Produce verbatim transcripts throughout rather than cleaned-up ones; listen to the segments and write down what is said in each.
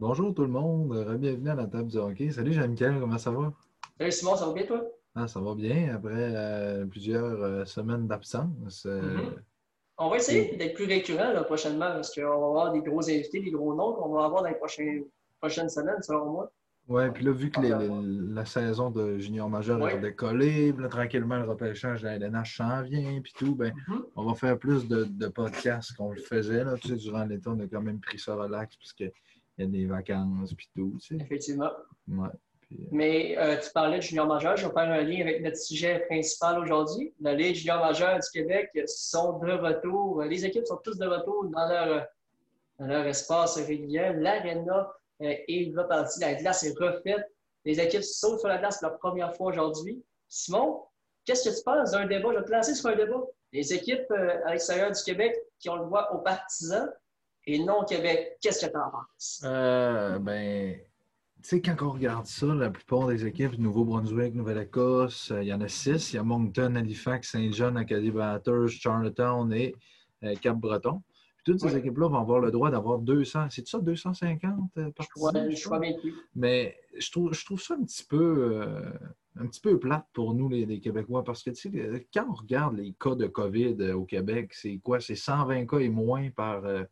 Bonjour tout le monde, bienvenue à la table du hockey. Salut Jean-Michel, comment ça va? Salut Simon, ça va bien toi? Ah, ça va bien après euh, plusieurs euh, semaines d'absence. euh, Mhm. On va essayer et- d'être plus récurrent là, prochainement parce qu'on va avoir des gros invités, des gros noms qu'on va avoir dans les prochaines, prochaines semaines, selon moi. ouais, puis là, vu que Hâte les- de les- voir. la saison de junior majeur est Oui. redécollée, puis là, tranquillement, le repêchage de la L N H s'en vient, puis tout, ben, Mhm. on va faire plus de, de podcasts qu'on le faisait. Là. Tu sais, durant l'été, on a quand même pris ça relax parce qu'il y a des vacances, puis tout, tu sais. Effectivement. Ouais, puis, euh, Mais euh, tu parlais de junior majeur, je vais faire un lien avec notre sujet principal aujourd'hui. La Ligue junior majeure du Québec sont de retour. Les équipes sont tous de retour dans leur, dans leur espace régulier. L'aréna euh, est repartie, la glace est refaite. Les équipes sautent sur la glace pour la première fois aujourd'hui. Simon, qu'est-ce que tu penses d'un débat? Je vais te lancer sur un débat. Les équipes euh, à l'extérieur du Québec qui ont le droit aux partisans et non au Québec, qu'est-ce que tu en penses? euh, ben, tu sais, quand on regarde ça, la plupart des équipes, Nouveau-Brunswick, Nouvelle-Écosse, euh, il y en a six. Il y a Moncton, Halifax, Saint-John, Acadie Bathurst, Charlottetown et euh, Cap-Breton. Puis toutes Oui, ces équipes-là vont avoir le droit d'avoir deux cents, c'est ça, deux cent cinquante euh, je crois, partisans, je je suis pense. convaincu. Mais je trouve, je trouve ça un petit peu, euh, un petit peu plate pour nous, les, les Québécois, parce que, tu sais, quand on regarde les cas de COVID euh, au Québec, c'est quoi? C'est cent vingt cas et moins par, euh,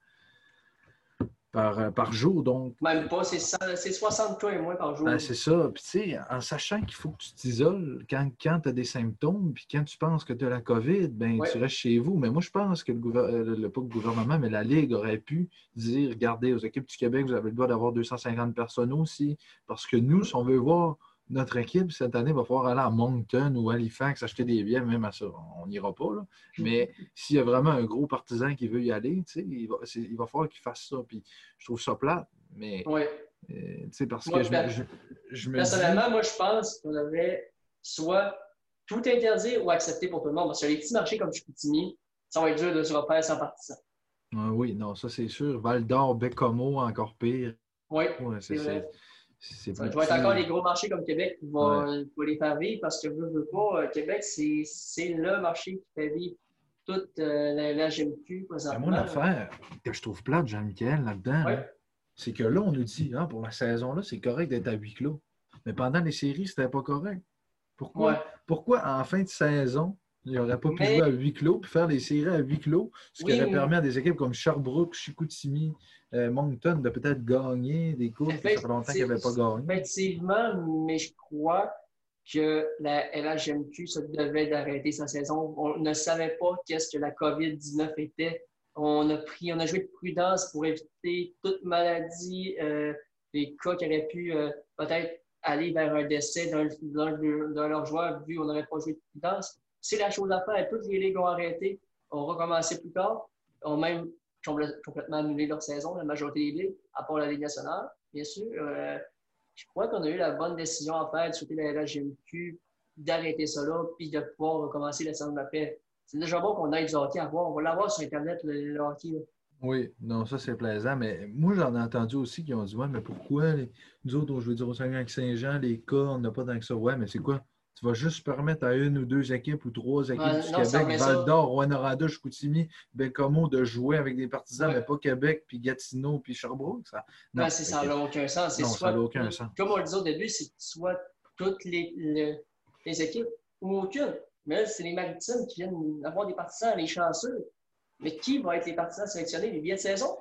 par, euh, par jour. Donc, Même pas, c'est c'est soixante cas et moins par ben, jour. c'est ça. Puis, tu sais, en sachant qu'il faut que tu t'isoles quand, quand tu as des symptômes, puis quand tu penses que tu as la COVID, ben, Oui, tu restes chez vous. Mais moi, je pense que le, gouver- euh, le, pas le gouvernement, mais la Ligue aurait pu dire, regardez, aux équipes du Québec, vous avez le droit d'avoir deux cent cinquante personnes aussi. Parce que nous, si on veut voir notre équipe cette année, il va falloir aller à Moncton ou Halifax acheter des billets, même à ça. On n'ira pas, là. Mais s'il y a vraiment un gros partisan qui veut y aller, tu sais, il va, c'est- il va falloir qu'il fasse ça. Puis, je trouve ça plate. Mais oui. euh, tu sais, parce que Moi, je me, je, je me dis, personnellement, moi, je pense qu'on devrait soit tout interdire ou accepter pour tout le monde. Parce que les petits marchés comme Chicoutimi, ça va être dur de se refaire sans partisans. ah oui, non, ça c'est sûr. Val d'Or, Bécomo, encore pire. Oui, Ouais, c'est c'est c'est- vrai. c'est Ça plus va être encore les petit. gros marchés comme Québec qui Ouais. vont, qui vont les faire vivre parce que veux, veux pas, euh, Québec, c'est c'est le marché qui fait vivre toute euh, la, la G M Q Mais moi, présentement. l'affaire que je trouve plate, Jean-Michel, là-dedans, Oui, là, c'est que là, on nous dit, ah, pour la saison-là, c'est correct d'être à huis clos. Mais pendant les séries, c'était pas correct. Pourquoi? ouais. Pourquoi en fin de saison, il n'aurait pas pu Mais jouer à huis clos puis faire les séries à huis clos, ce qui oui, aurait permis à des équipes comme Sherbrooke, Chicoutimi, euh, Moncton de peut-être gagner des coupes que ça fait longtemps qu'ils n'avaient pas gagné. effectivement, mais je crois que la L H M Q se devait d'arrêter sa saison. On ne savait pas qu'est-ce que la COVID dix-neuf était. On a pris, on a joué de prudence pour éviter toute maladie, euh, des cas qui auraient pu euh, peut-être aller vers un décès d'un de leurs joueurs, vu qu'on n'aurait pas joué de prudence. C'est la chose à faire. Toutes les ligues ont arrêté. On va recommencer plus tard. On a même complètement annulé leur saison, la majorité des ligues, à part la Ligue nationale, bien sûr. Euh, je crois qu'on a eu la bonne décision à faire de souhaiter la L H G M Q, d'arrêter ça là, puis de pouvoir recommencer la saison d'après. C'est déjà bon qu'on ait du hockey à voir. On va l'avoir sur Internet, le, le hockey. Là. Oui, non, ça c'est plaisant, mais moi j'en ai entendu aussi qui ont dit ouais, mais pourquoi les... nous autres, je veux dire, au Saguenay-Saint-Jean, les cas, on n'a pas tant que ça. Ouais, mais c'est quoi? Tu vas juste permettre à une ou deux équipes ou trois équipes Ah, du non, ça Québec, remet Val ça. d'Or, Rouyn-Noranda, Chicoutimi, Bécomo, de jouer avec des partisans, mais Ouais. pas Québec, puis Gatineau, puis Sherbrooke. Ça... Ben, Non, c'est, fait ça que... n'a aucun sens. C'est non, ça n'a soit, aucun sens. comme on le disait au début, c'est soit toutes les, le, les équipes ou aucune. Mais là, c'est les maritimes qui viennent avoir des partisans, les chanceux. Mais qui va être les partisans sélectionnés? Les billets de saison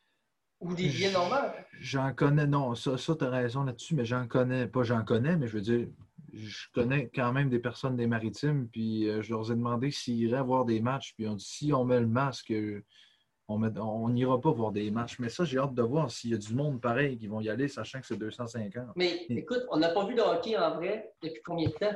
ou des billets normaux? J'en connais, non, ça, ça tu as raison là-dessus, mais j'en connais, pas j'en connais, mais je veux dire, je connais quand même des personnes des maritimes, puis euh, je leur ai demandé s'ils iraient voir des matchs, puis on dit si on met le masque, euh, on n'ira pas voir des matchs. Mais ça, j'ai hâte de voir s'il y a du monde pareil qui vont y aller, sachant que c'est deux cent cinquante. Mais Et écoute, on n'a pas vu de hockey en vrai depuis combien de temps?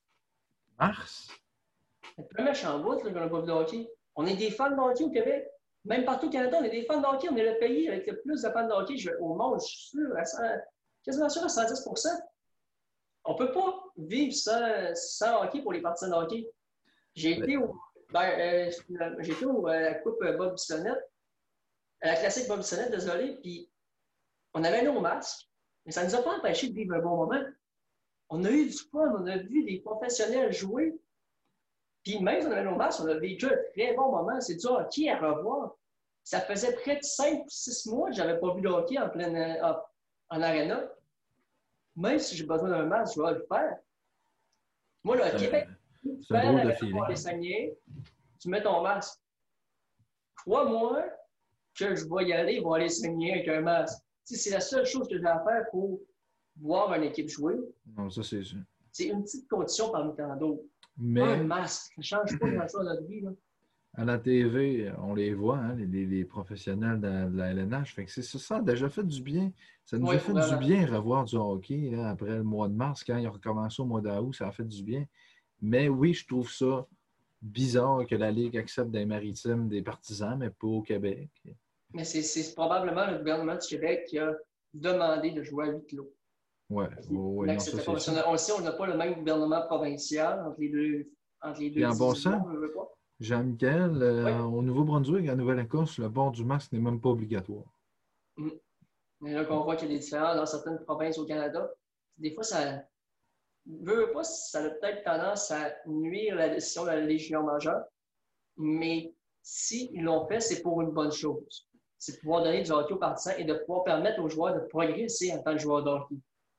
mars? C'est pas méchant bout qu'on n'a pas vu de hockey. On est des fans de hockey au Québec. Même partout au Canada, on est des fans de hockey. On est le pays avec le plus de fans de hockey je, au monde, je suis sûr, à cent, quasiment sûr à cent dix pour cent. On ne peut pas vivre sans, sans hockey pour les partisans de hockey. J'ai Ben, été au, ben, euh, j'ai été au, à la Coupe Bob Bissonnette, à la classique Bob Bissonnette, désolé, puis on avait nos masques, mais ça ne nous a pas empêché de vivre un bon moment. On a eu du fun, on a vu des professionnels jouer. Puis même si on avait nos masques, on a vécu un très bon moment. C'est du hockey à revoir. Ça faisait près de cinq ou six mois que je n'avais pas vu de hockey en pleine, en aréna, même si j'ai besoin d'un masque, je vais le faire. Moi, là, au Québec, tu C'est un fais drôle de l'aréna feeling. pour aller saigner, tu mets ton masque. Crois-moi que je vais y aller, ils vont aller saigner avec un masque. Tu sais, c'est la seule chose que j'ai à faire pour voir une équipe jouer. Non, ça, c'est sûr. C'est une petite condition parmi tant d'autres. Mais Un masque, ça ne change pas grand-chose dans notre vie. Là. à la T V, on les voit, hein, les, les- les professionnels de, de la L N H. Fait que c'est ça, ça a déjà fait du bien. Ça nous Oui, a fait vraiment. du bien revoir du hockey hein, après le mois de mars, quand il a recommencé au mois d'août, ça a fait du bien. Mais oui, je trouve ça bizarre que la Ligue accepte des maritimes des partisans, mais pas au Québec. Mais c'est, c'est probablement le gouvernement du Québec qui a demandé de jouer à huis clos. Ouais, ouais, non, ça, L'acceptait pas. c'est Parce qu'on sûr. a- on le sait, on n'a pas le même gouvernement provincial entre les deux, entre les deux Et en divisions, passant, on ne veut pas. Jean-Michel, Oui. euh, au Nouveau-Brunswick, à Nouvelle-Écosse, le port du masque n'est même pas obligatoire. Mm. Mais là qu'on voit qu'il y a des différences dans certaines provinces au Canada, des fois, ça veut veut pas, ça a peut-être tendance à nuire la décision de la Légion majeure, mais s'ils l'ont fait, c'est pour une bonne chose. C'est de pouvoir donner du hockey aux partisans et de pouvoir permettre aux joueurs de progresser en tant que joueurs de hockey.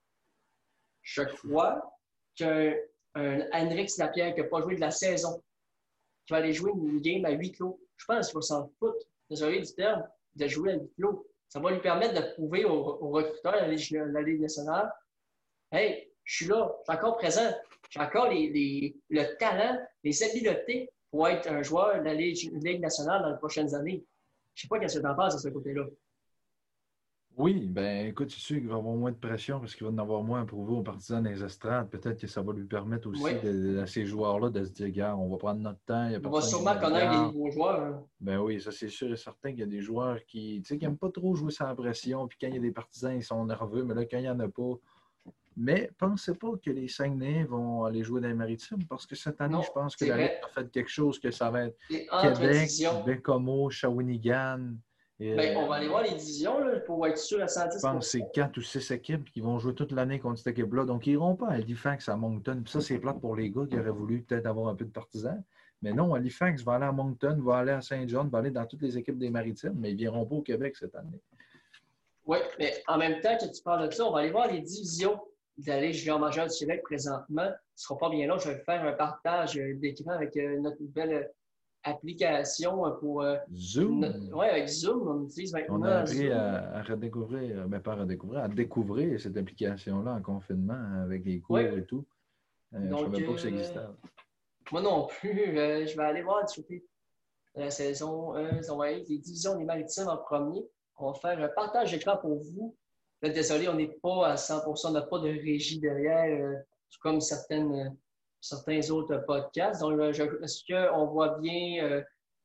Je crois qu'un un Henrik Lapierre qui n'a pas joué de la saison, qui va aller jouer une game à huis clos, je pense qu'il faut s'en foutre, désolé du terme, de jouer à huis clos. Ça va lui permettre de prouver aux, aux recruteurs de la Ligue, la Ligue nationale, hey, je suis là, je suis encore présent, j'ai encore les, les, le talent, les habiletés pour être un joueur de la Ligue, Ligue nationale dans les prochaines années. Je ne sais pas qu'est-ce que tu en penses de ce côté-là. Oui, ben écoute, c'est sûr qu'il va y avoir moins de pression parce qu'il va en avoir moins à prouver aux partisans des estrades. Peut-être que ça va lui permettre aussi, Oui. de, de- à ces joueurs-là, de se dire, gars, on va prendre notre temps. Il y a On va personne qui sûrement nous connaître des regarde. nouveaux joueurs. Hein. Ben oui, ça c'est sûr et certain qu'il y a des joueurs qui, tu sais, qui n'aiment pas trop jouer sans pression. Puis quand il y a des partisans, ils sont nerveux. Mais là, quand il n'y en a pas. Mais pensez pas que les Saguenay vont aller jouer dans les maritimes parce que cette année, Non, je pense que c'est la Ligue vrai. a fait quelque chose que ça va être Et entre Québec, divisions, Bécomo, Shawinigan. Et, ben, on euh, va aller voir les divisions là, pour être sûr à cent dix je pense que pour cent. c'est quatre ou six équipes qui vont jouer toute l'année contre cette équipe-là. Donc, ils n'iront pas à Halifax, à Moncton. Puis ça, c'est plate pour les gars qui auraient voulu peut-être avoir un peu de partisans. Mais non, Halifax va aller à Moncton, va aller à Saint-John, va aller dans toutes les équipes des Maritimes, mais ils ne viendront pas au Québec cette année. Oui, mais en même temps que tu parles de ça, on va aller voir les divisions de la Ligue junior majeure du Québec présentement. Ce ne sera pas bien long. Je vais faire un partage d'écran avec euh, notre nouvelle euh, application pour. Euh, Zoom. Oui, avec Zoom, on utilise maintenant On a appris Zoom. à, à redécouvrir, mais pas à redécouvrir, à découvrir cette application-là en confinement avec les cours Oui. et tout. Euh, je ne Donc, savais pas que ça euh, existait. moi non plus. Euh, je vais aller voir du côté de la saison. Euh, on va aller les divisions des maritimes en premier. On va faire un partage d'écran pour vous. Là, désolé, on n'est pas à cent pour cent, on n'a pas de régie derrière, euh, comme certaines, euh, certains autres podcasts. Donc, euh, je, est-ce qu'on voit bien euh,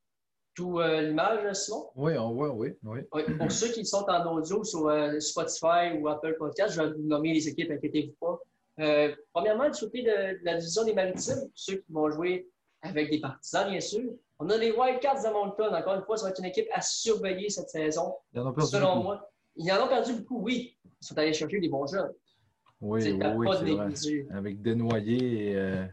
tout euh, l'image, Simon? Oui, on voit, oui. oui. Oui. Pour ceux qui sont en audio sur euh, Spotify ou Apple Podcast, je vais vous nommer les équipes, inquiétez-vous pas. Euh, premièrement, du côté de, de la division des maritimes, ceux qui vont jouer avec des partisans, bien sûr. On a les Wildcats de Moncton. Encore une fois, ça va être une équipe à surveiller cette saison. Ils en ont perdu Selon beaucoup. moi, ils en ont perdu beaucoup, oui. Ils sont allés chercher des bons jeunes. Oui, C'est oui, pas oui, de c'est vrai. négliger. Avec Desnoyers et euh,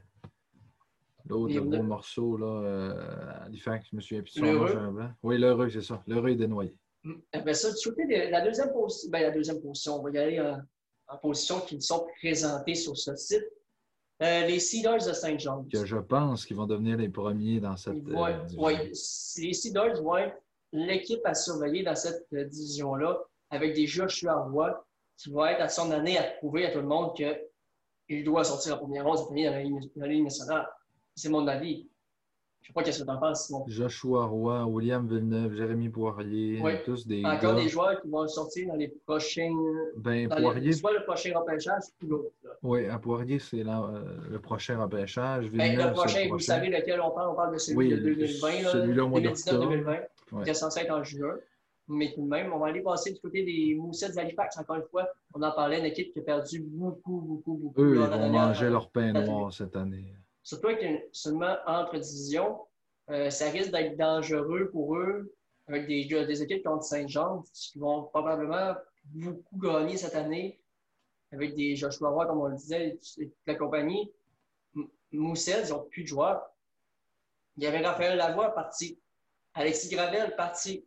l'autre, Les- le gros morceau, là, euh, Halifax, je me souviens plus de son nom, L'Heureux. j'ai un blanc. Oui, l'heureux, c'est ça. L'heureux et Desnoyers. Après ça, du côté de la deuxième position, ben, la deuxième position, on va y aller en, en position qui sont présentées sur ce site. Euh, les Cedars de Saint John's. Que je pense qu'ils vont devenir les premiers dans cette Ils vont euh, être- division. ouais, les Cedars vont être l'équipe à surveiller dans cette euh, division-là avec des Joshua Roy qui va être à son année à prouver à tout le monde qu'il doit sortir en première ronde cette année dans la Ligue, dans la Ligue nationale. C'est mon avis. Je ne sais pas qu'est-ce que tu en penses, Simon. Joshua Roy, William Villeneuve, Jérémy Poirier, Oui. tous des Encore gars. des joueurs qui vont sortir dans les prochains. Ben, Dans Poirier, les, soit le prochain repêchage ou l'autre. là. oui, à Poirier, c'est la- euh, le prochain repêchage. Ben, Villeneuve, le c'est prochain, le vous prochain. savez lequel on parle. On parle de celui Oui, de deux mille vingt, là, celui-là au mois d'octobre. deux mille dix-neuf deux mille vingt, Ouais. qui est censé être en juin. Mais tout de même, on va aller passer du côté des Moussets d'Halifax. Encore une fois, on en parlait, une équipe qui a perdu beaucoup, beaucoup, beaucoup. Eux, lors ils de la vont dernière- manger leur pain la- noir cette année. Surtout avec seulement entre divisions, euh, ça risque d'être dangereux pour eux, avec des, des équipes contre Saint-Jean, qui vont probablement beaucoup gagner cette année, avec des Joshua Roy, comme on le disait, et toute la compagnie. M- Moussets, ils n'ont plus de joueurs. Il y avait Raphaël Lavoie parti, Alexis Gravel parti,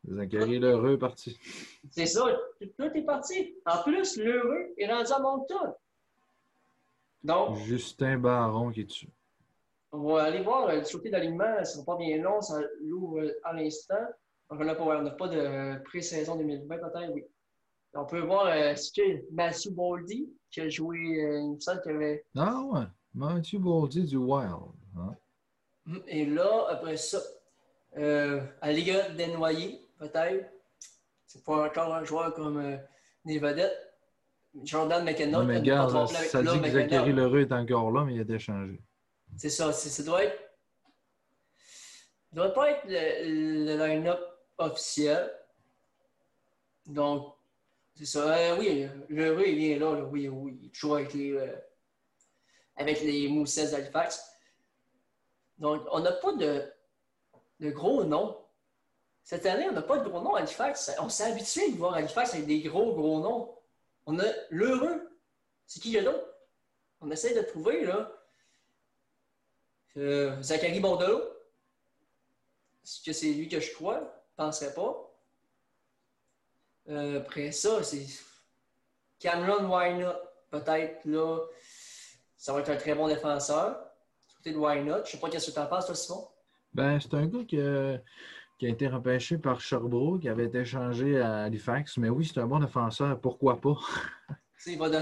Zachary Lheureux est parti. C'est ça, tout est parti. En plus, l'heureux est rendu à Moncton. Donc, Justin Baron qui est dessus. on va aller voir le côté d'alignement. Ce ne sera pas bien long, ça l'ouvre à l'instant. Donc, on n'a pas, pas, de pré-saison deux mille vingt, peut-être, oui. On peut voir euh, ce que Matthew Boldy, qui a joué, euh, il me semble qu'il avait. Ah ouais, Matthew Boldy du Wild. Hein? Et là, après ça, euh, à la Liga Desnoyers, peut-être. C'est pas encore un joueur comme euh, des vedettes. Jordan McKenna. Non, mais regarde, ça dit que Zachary Lheureux est encore là, mais il a été changé. C'est ça, ça doit être. Ça doit pas être le, le line-up officiel. Donc, c'est ça. Euh, oui, Lheureux, il vient là, là. Oui, oui. Il joue avec les, euh, avec les Moussets d'Halifax. Donc, on n'a pas de, de gros noms. Cette année, on n'a pas de gros noms à Halifax. On s'est habitué de voir Halifax avec des gros, gros noms. On a l'heureux. C'est qui qu'il y a d'autre? On essaie de trouver, là. Euh, Zachary Bordelot. Est-ce que c'est lui que je crois? Je ne penserais pas. Euh, après ça, c'est Cameron Wynot. Peut-être, là, ça va être un très bon défenseur. Du côté de Wynot. Je ne sais pas qu'est-ce que tu en penses, toi, Simon? Ben, c'est un gars qui a, qui a été repêché par Sherbrooke, qui avait été échangé à Halifax. Mais oui, c'est un bon défenseur. Pourquoi pas? Il va de...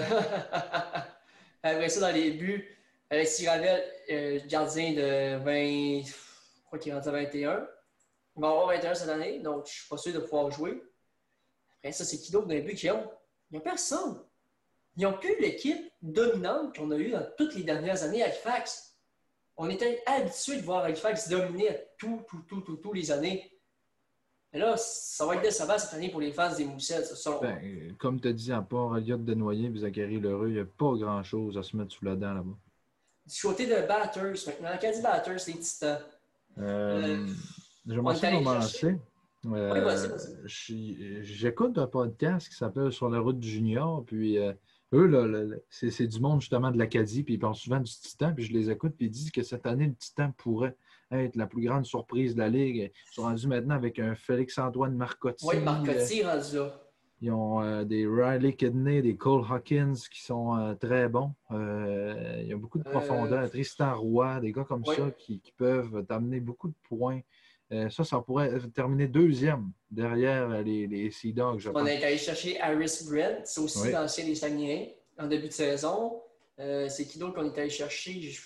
Après ça, dans les buts, Alexis Ravel, euh, gardien de vingt... Je crois qu'il est rendu à vingt et un. Il va avoir vingt et un cette année, donc je ne suis pas sûr de pouvoir jouer. Après ça, c'est qui d'autre dans les buts qu'ils ont? Il n'y a personne. Ils n'ont plus l'équipe dominante qu'on a eue dans toutes les dernières années à Halifax. On était habitué de voir Halifax dominer à tout, tout, tout, tout, tout les années. Mais là, ça va être décevant cette année pour les fans des Moussets. Ben, comme tu as dit, à part Elliott Desnoyers et Zachary Lheureux, il n'y a pas grand-chose à se mettre sous la dent là-bas. Du côté de Batters, maintenant, quand dit Batters, c'est Titans. Euh, euh, J'aimerais ça commencer. Euh, oui, vas-y, vas-y. J'écoute un podcast qui s'appelle Sur la route du junior, puis euh, eux, là, c'est du monde justement de l'Acadie, puis ils parlent souvent du Titan, puis je les écoute, puis ils disent que cette année, le Titan pourrait être la plus grande surprise de la Ligue. Ils sont rendus maintenant avec un Félix-Antoine Marcotti. Oui, Marcotti euh, rendu là. Ils ont euh, des Riley Kidney, des Cole Hawkins qui sont euh, très bons. Euh, il y a beaucoup de profondeur. Euh... Tristan Roy, des gars comme oui. ça qui, qui peuvent t'amener beaucoup de points. Euh, ça, ça pourrait terminer deuxième derrière les, les Sea Dogs, je On pense. est allé chercher Harris Brent, c'est aussi oui. l'ancien des Saguenayens en début de saison. Euh, c'est qui d'autre qu'on est allé chercher? Je...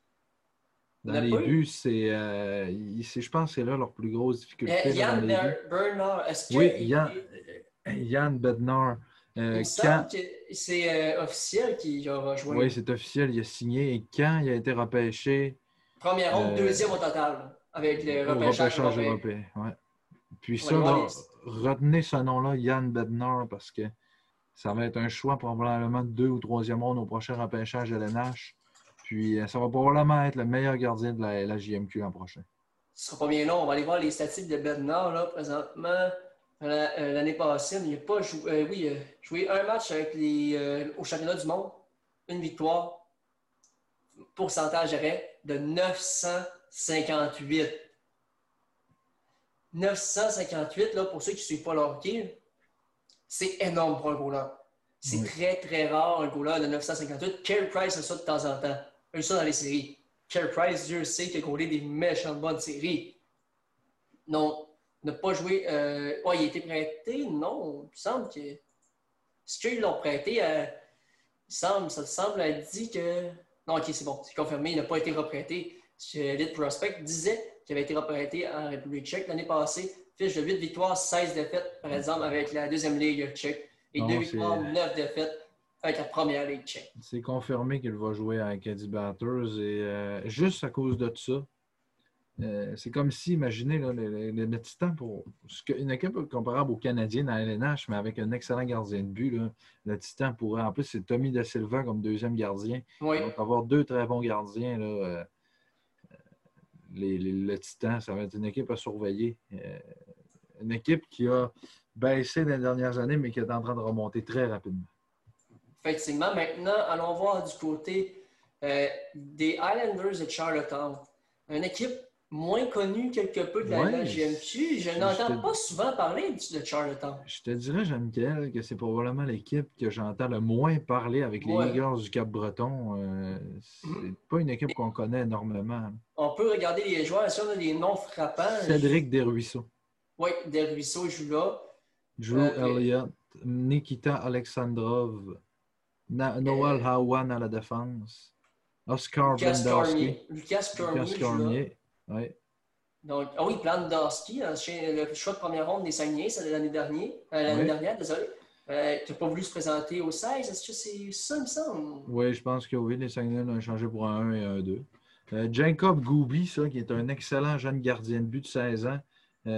Dans les buts, c'est, euh, je pense que c'est là leur plus grosse difficulté. Euh, Yann Bernard, est-ce que... Oui, Yann, Yann Bednar. Euh, il me semble que c'est euh, officiel qu'il a rejoint. Oui, c'est officiel, il a signé. Et quand il a été repêché... Première ronde, euh, deuxième au total, avec le repêchage, repêchage européen. Ouais. Puis ça, là, les... retenez ce nom-là, Yann Bednar, parce que ça va être un choix probablement de deux ou troisième ronde au prochain repêchage de l'N H. Puis ça va probablement être le meilleur gardien de la, la J M Q l'an prochain. Ce sera pas bien long. On va aller voir les statistiques de Bednar, là, présentement. L'année passée, il n'a pas joué, euh, oui, euh, joué un match avec les, euh, au championnat du monde, une victoire, pourcentage d'arrêt de neuf cent cinquante-huit. neuf cent cinquante-huit, là, pour ceux qui ne suivent pas le hockey, c'est énorme pour un goaler. C'est oui. très, très rare un goaler de neuf cent cinquante-huit. Carey Price a ça de temps en temps. Il a ça dans les séries. Carey Price, Dieu sait qu'il a goalé des méchantes bonnes séries. Non. Ne pas jouer. Euh... Ouais, il a été prêté? Non, il me semble que. Est-ce qu'ils l'ont prêté? À... Il semble, ça semble a dit que. Non, ok, c'est bon, c'est confirmé, il n'a pas été reprêté. Elite Prospect disait qu'il avait été reprêté en République tchèque l'année passée. Fiche de huit victoires, seize défaites, par exemple, avec la deuxième ligue tchèque. Et non, deux victoires, neuf défaites avec la première ligue tchèque. C'est confirmé qu'il va jouer à Acadie Batters et euh, juste à cause de ça. Euh, c'est comme si, imaginez, là, le, le, le Titan, pour une équipe comparable aux Canadiens dans la L N H, mais avec un excellent gardien de but, là, le Titan pourrait, en plus, c'est Tommy Da Silva comme deuxième gardien. Oui. Donc, avoir deux très bons gardiens, là, euh, les, les, le Titan, ça va être une équipe à surveiller. Euh, une équipe qui a baissé dans les dernières années, mais qui est en train de remonter très rapidement. Effectivement. Maintenant, allons voir du côté euh, des Islanders de Charlottetown. Une équipe moins connu quelque peu de la Ouais, L H J M Q. Je je- je n'entends te- pas souvent parler de Charlottetown. Je te dirais, Jean-Michel, que c'est probablement l'équipe que j'entends le moins parler avec les Moi, Eagles du Cap-Breton. Euh, mhm. c'est pas une équipe qu'on connaît énormément. On peut regarder les joueurs. Si on a des noms frappants, je- Cédric Desruisseaux, oui, Del Ruisseau joue là. Drew Euh, puis Elliott, Nikita Alexandrov, Na- Noel euh, Hawan à la défense, Oscar Lucas Blandowski, Cormier. Lucas Lucas Cormier joue là. Cormier. Ouais. Donc, ah oui, Blandowski, le choix de première ronde des Saguenay, c'est l'année dernière, euh, l'année Ouais. dernière, désolé. Euh, qui n'a pas voulu se présenter au seize. Est-ce que c'est ça, il me semble? Oui, je pense que oui, les Saguenay l'ont changé pour un un et un deux. Euh, Jacob Gouby, ça, qui est un excellent jeune gardien de but de seize ans.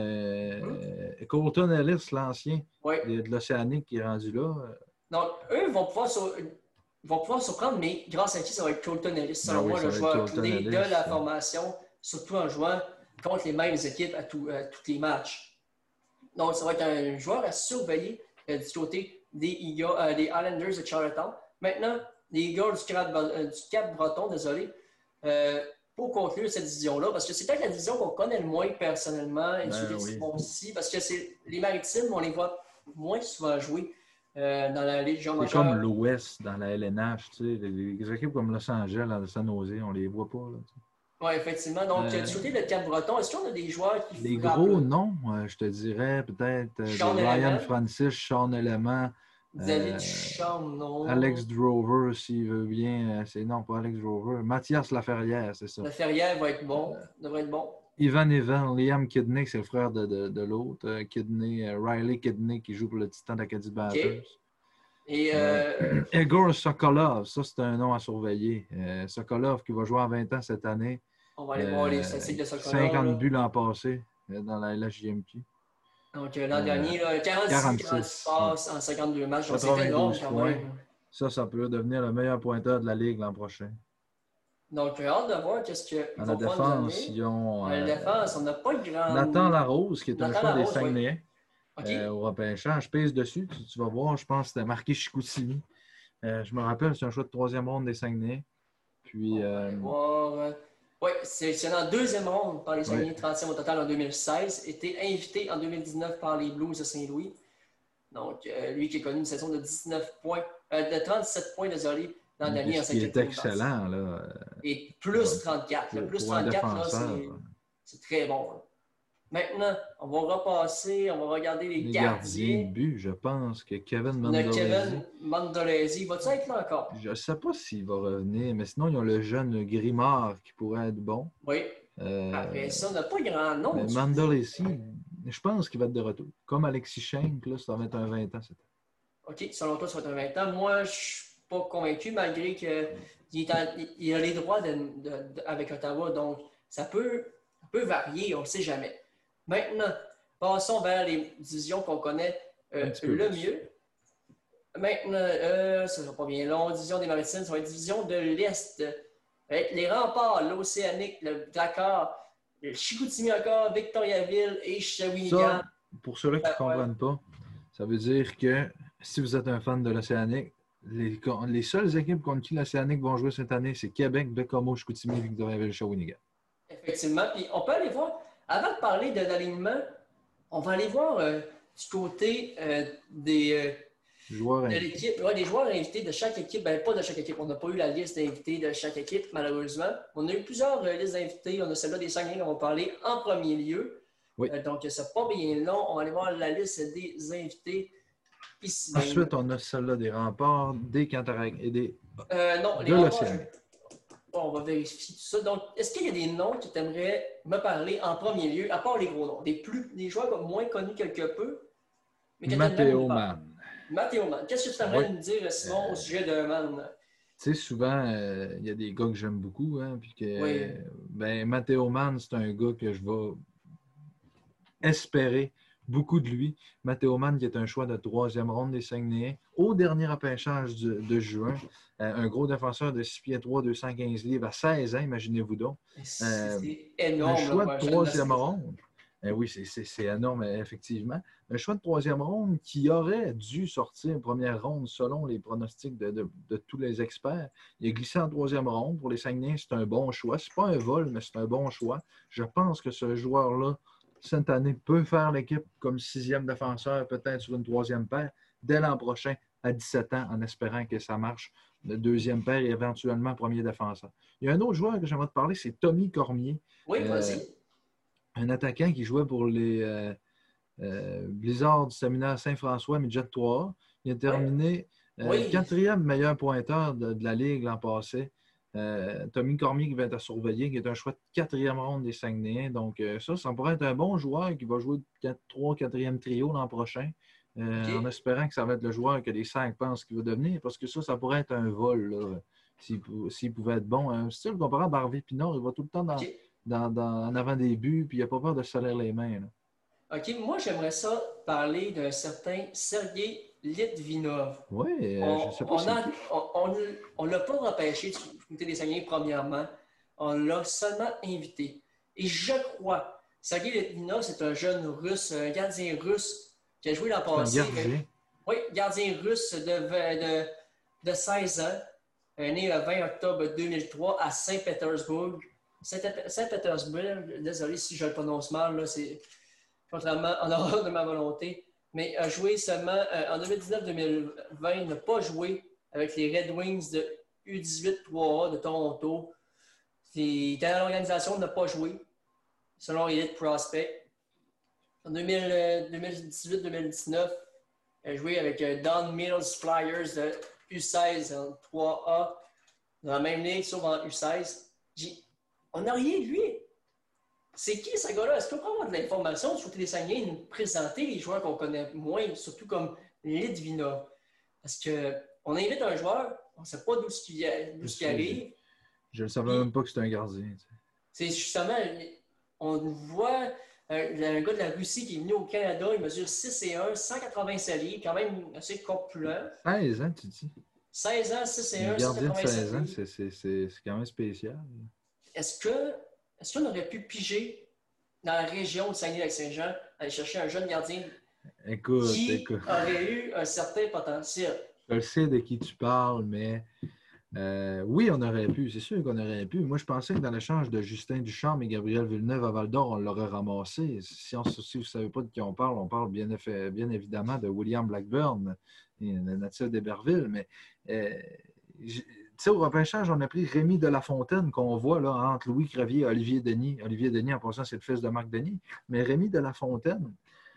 Euh, Colton Ellis, l'ancien Oui. de, de l'Océanique, qui est rendu là. Donc, eux vont pouvoir, sur- vont pouvoir surprendre, mais grâce à qui ça va être Colton Ellis, selon Ben oui, moi, ça le va être joueur Colton clé Ellis, de la euh. formation, surtout en jouant contre les mêmes équipes à, tout, à tous les matchs. Donc, ça va être un joueur à surveiller euh, du côté des, Eagles, euh, des Islanders de Charlottetown. Maintenant, les Eagles du Cap, euh, du Cap-Breton, désolé, euh, pour conclure cette division-là, parce que c'est peut-être la division qu'on connaît le moins personnellement, et Ben ben, oui. aussi, parce que c'est les Maritimes, on les voit moins souvent jouer euh, dans la Ligue C'est majeure. comme l'Ouest dans la L N H, tu sais, les, les équipes comme Los Angeles, dans San Jose, on les voit pas. Là, oui, effectivement. Donc, euh, du côté de Cap-Breton, est-ce qu'on a des joueurs qui les frappent? gros noms, euh, je te dirais peut-être euh, Sean Ryan Element. Francis, Sean Element, David euh, Duchamp, non. Alex Drover, s'il veut bien. Euh, c'est non, pas Alex Drover. Mathias Laferrière, c'est ça. Laferrière va être bon, devrait être bon. Ivan Evan, Liam Kidney, c'est le frère de, de, de l'autre. Euh, Kidney, euh, Riley Kidney, qui joue pour le Titan d'Acadie Batters. Okay. Et Euh, euh, Egor Sokolov, ça c'est un nom à surveiller. Euh, Sokolov qui va jouer en vingt ans cette année. on va aller euh, voir les statistiques de Sokolov. cinquante là. buts l'an passé euh, dans la L H J M Q. Donc euh, l'an euh, dernier, là, quarante-six, quarante-six passes ouais. en cinquante-deux matchs. Donc c'est énorme quand points. même. Ça, ça peut devenir le meilleur pointeur de la Ligue l'an prochain. Donc, j'ai hâte de voir qu'est-ce qu'ils vont faire. En la défense, ils ont... À la défense, on n'a pas de grand... Nathan Larose, qui est Nathan un choix Larose, des Saguenayens. Oui. Okay. Euh, au repêchage. Je pèse dessus. Tu, tu vas voir, je pense que c'était marqué Chicoutimi. Euh, je me rappelle, c'est un choix de troisième ronde des Saguenayens. Puis... Euh... voir. Oui, c'est en deuxième ronde par les Saguenayens, oui. trentième au total en deux mille seize. Été invité en deux mille dix-neuf par les Blues de Saint-Louis. Donc, euh, lui qui a connu une saison de dix-neuf points, euh, de trente-sept points, désolé, l'an dernier en cinquième. C'est excellent, là. Et plus trente-quatre. Pour, le plus pour trente-quatre, c'est très bon. Là. Maintenant, on va repasser, on va regarder les, les gardiens. gardiens de but. Je pense que Kevin Mandolesi. Kevin Mandolesi, va-tu être là encore? Je ne sais pas s'il va revenir, mais sinon, ils ont le jeune Grimard qui pourrait être bon. Oui. Euh, Après ça, on n'a pas grand nom. Mais Mandolesi, je pense qu'il va être de retour. Comme Alexis Schenk, là, ça va être un vingt ans cette année. OK, selon toi, ça va être un vingt ans. Moi, je ne suis pas convaincu, malgré qu'il il a les droits de, de, de, avec Ottawa. Donc, ça peut, ça peut varier, on ne sait jamais. Maintenant, passons vers les divisions qu'on connaît euh, le plus. mieux. Maintenant, euh, ça ne sera pas bien long. Division des Maritimes, ça va être division de l'Est. Avec les Remparts, l'Océanique, le Dakar, le Chicoutimi encore, Victoriaville et Shawinigan. Ça, pour ceux-là qui ne comprennent pas, ça veut dire que si vous êtes un fan de l'Océanique, les, les seules équipes contre qui l'Océanique vont jouer cette année, c'est Québec, Bécomo, Chicoutimi, Victoriaville et Shawinigan. Effectivement. Puis on peut aller voir... Avant de parler de l'alignement, on va aller voir euh, du côté euh, des, euh, joueurs de l'équipe. Ouais, des joueurs invités de chaque équipe. Ben, pas de chaque équipe. On n'a pas eu la liste d'invités de chaque équipe, malheureusement. On a eu plusieurs euh, listes d'invités. On a celle-là des Saguenay qu'on va parler en premier lieu. Oui. Euh, donc, c'est pas bien long. On va aller voir la liste des invités ici. Ensuite, on a celle-là des Remparts, des Cantaracs et des... Euh, non, les de l'Océanique. On va vérifier tout ça. Donc, est-ce qu'il y a des noms que tu aimerais me parler en premier lieu, à part les gros noms? Des, plus, des joueurs comme moins connus quelque peu? Matteo Mann. Matteo Mann. Qu'est-ce que tu aimerais oui. nous dire, Simon, euh, au sujet de Mann? Tu sais, souvent, il euh, y a des gars que j'aime beaucoup. Hein, puis que, oui. ben, Matteo Mann, c'est un gars que je vais espérer beaucoup de lui. Matteo Mann, qui est un choix de troisième ronde des Saguenayens, au dernier repêchage de, de juin. Euh, un gros défenseur de six pieds trois, deux cent quinze livres à seize ans, imaginez-vous donc. C'est euh, énorme. Un choix là, de troisième ronde. Ben oui, c'est, c'est, c'est énorme, effectivement. Un choix de troisième ronde qui aurait dû sortir en première ronde selon les pronostics de, de, de tous les experts. Il est glissé en troisième ronde. Pour les Saguenayens, c'est un bon choix. Ce n'est pas un vol, mais c'est un bon choix. Je pense que ce joueur-là, cette année, peut faire l'équipe comme sixième défenseur, peut-être sur une troisième paire, dès l'an prochain, à dix-sept ans, en espérant que ça marche. Le deuxième paire et éventuellement premier défenseur. Il y a un autre joueur que j'aimerais te parler, c'est Tommy Cormier. Oui, Euh, vas-y. un attaquant qui jouait pour les euh, euh, Blizzards du séminaire Saint-François, Midget trois A. Il a terminé euh, Oui. quatrième meilleur pointeur de, de la Ligue l'an passé. Euh, Tommy Cormier qui va être à surveiller, qui est un choix de quatrième ronde des Saguenayens. Donc euh, ça, ça pourrait être un bon joueur qui va jouer trois quatrième trio l'an prochain. Euh, Okay. En espérant que ça va être le joueur que les Sags pensent qu'il va devenir, parce que ça, ça pourrait être un vol, là, s'il, s'il pouvait être bon. Un style comparable à Harvey Pinard, il va tout le temps dans, Okay. dans, dans, en avant des buts, puis il n'a pas peur de se salir les mains. Là. OK, moi, j'aimerais ça parler d'un certain Sergei Litvinov. Oui, euh, on, je ne sais pas on si... a, on ne l'a pas repêché du comité des Saguenay, premièrement. On l'a seulement invité. Et je crois, Sergei Litvinov, c'est un jeune russe, un gardien russe qui a joué l'an passé. Un gardien. Oui, gardien russe de, de, de seize ans, né le vingt octobre deux mille trois à Saint-Pétersbourg. Saint-Pétersbourg, désolé si je le prononce mal, là, c'est contrairement en horreur de ma volonté, mais a joué seulement euh, en deux mille dix-neuf deux mille vingt, n'a pas joué avec les Red Wings de U dix-huit trois A de Toronto. Il était dans l'organisation, n'a pas joué, selon Elite Prospect. En deux mille dix-huit deux mille dix-neuf, il a joué avec euh, Don Mills Flyers de U seize en trois A, dans la même ligue, sauf en U seize. J'ai... On n'a rien de lui. C'est qui ce gars-là? Est-ce qu'on peut avoir de l'information sur les Saguenay et nous présenter les joueurs qu'on connaît moins, surtout comme Litvinov? Parce qu'on invite un joueur, on ne sait pas d'où il arrive. Je ne savais même pas que c'était un gardien. Tu sais. C'est justement, on voit euh, un gars de la Russie qui est venu au Canada, il mesure six et un, cent quatre-vingt-sept livres, quand même assez corpulent. seize ans, tu dis? seize ans, six et un, un gardien de seize ans, c'est, c'est, c'est, c'est quand même spécial. Est-ce que est-ce qu'on aurait pu piger dans la région de Saguenay-Lac-Saint-Jean, aller chercher un jeune gardien écoute, qui écoute. aurait eu un certain potentiel? Je sais de qui tu parles, mais euh, oui, on aurait pu. C'est sûr qu'on aurait pu. Moi, je pensais que dans l'échange de Justin Ducharme et Gabriel Villeneuve à Val-d'Or, on l'aurait ramassé. Si, on, si vous ne savez pas de qui on parle, on parle bien, bien évidemment de William Blackburn, natif d'Héberville, mais euh, tu sais, au repêchage, on a pris Rémi de la Fontaine, qu'on voit là, entre Louis Crevier et Olivier Denis. Olivier Denis, en passant, c'est le fils de Marc Denis. Mais Rémi de la Fontaine,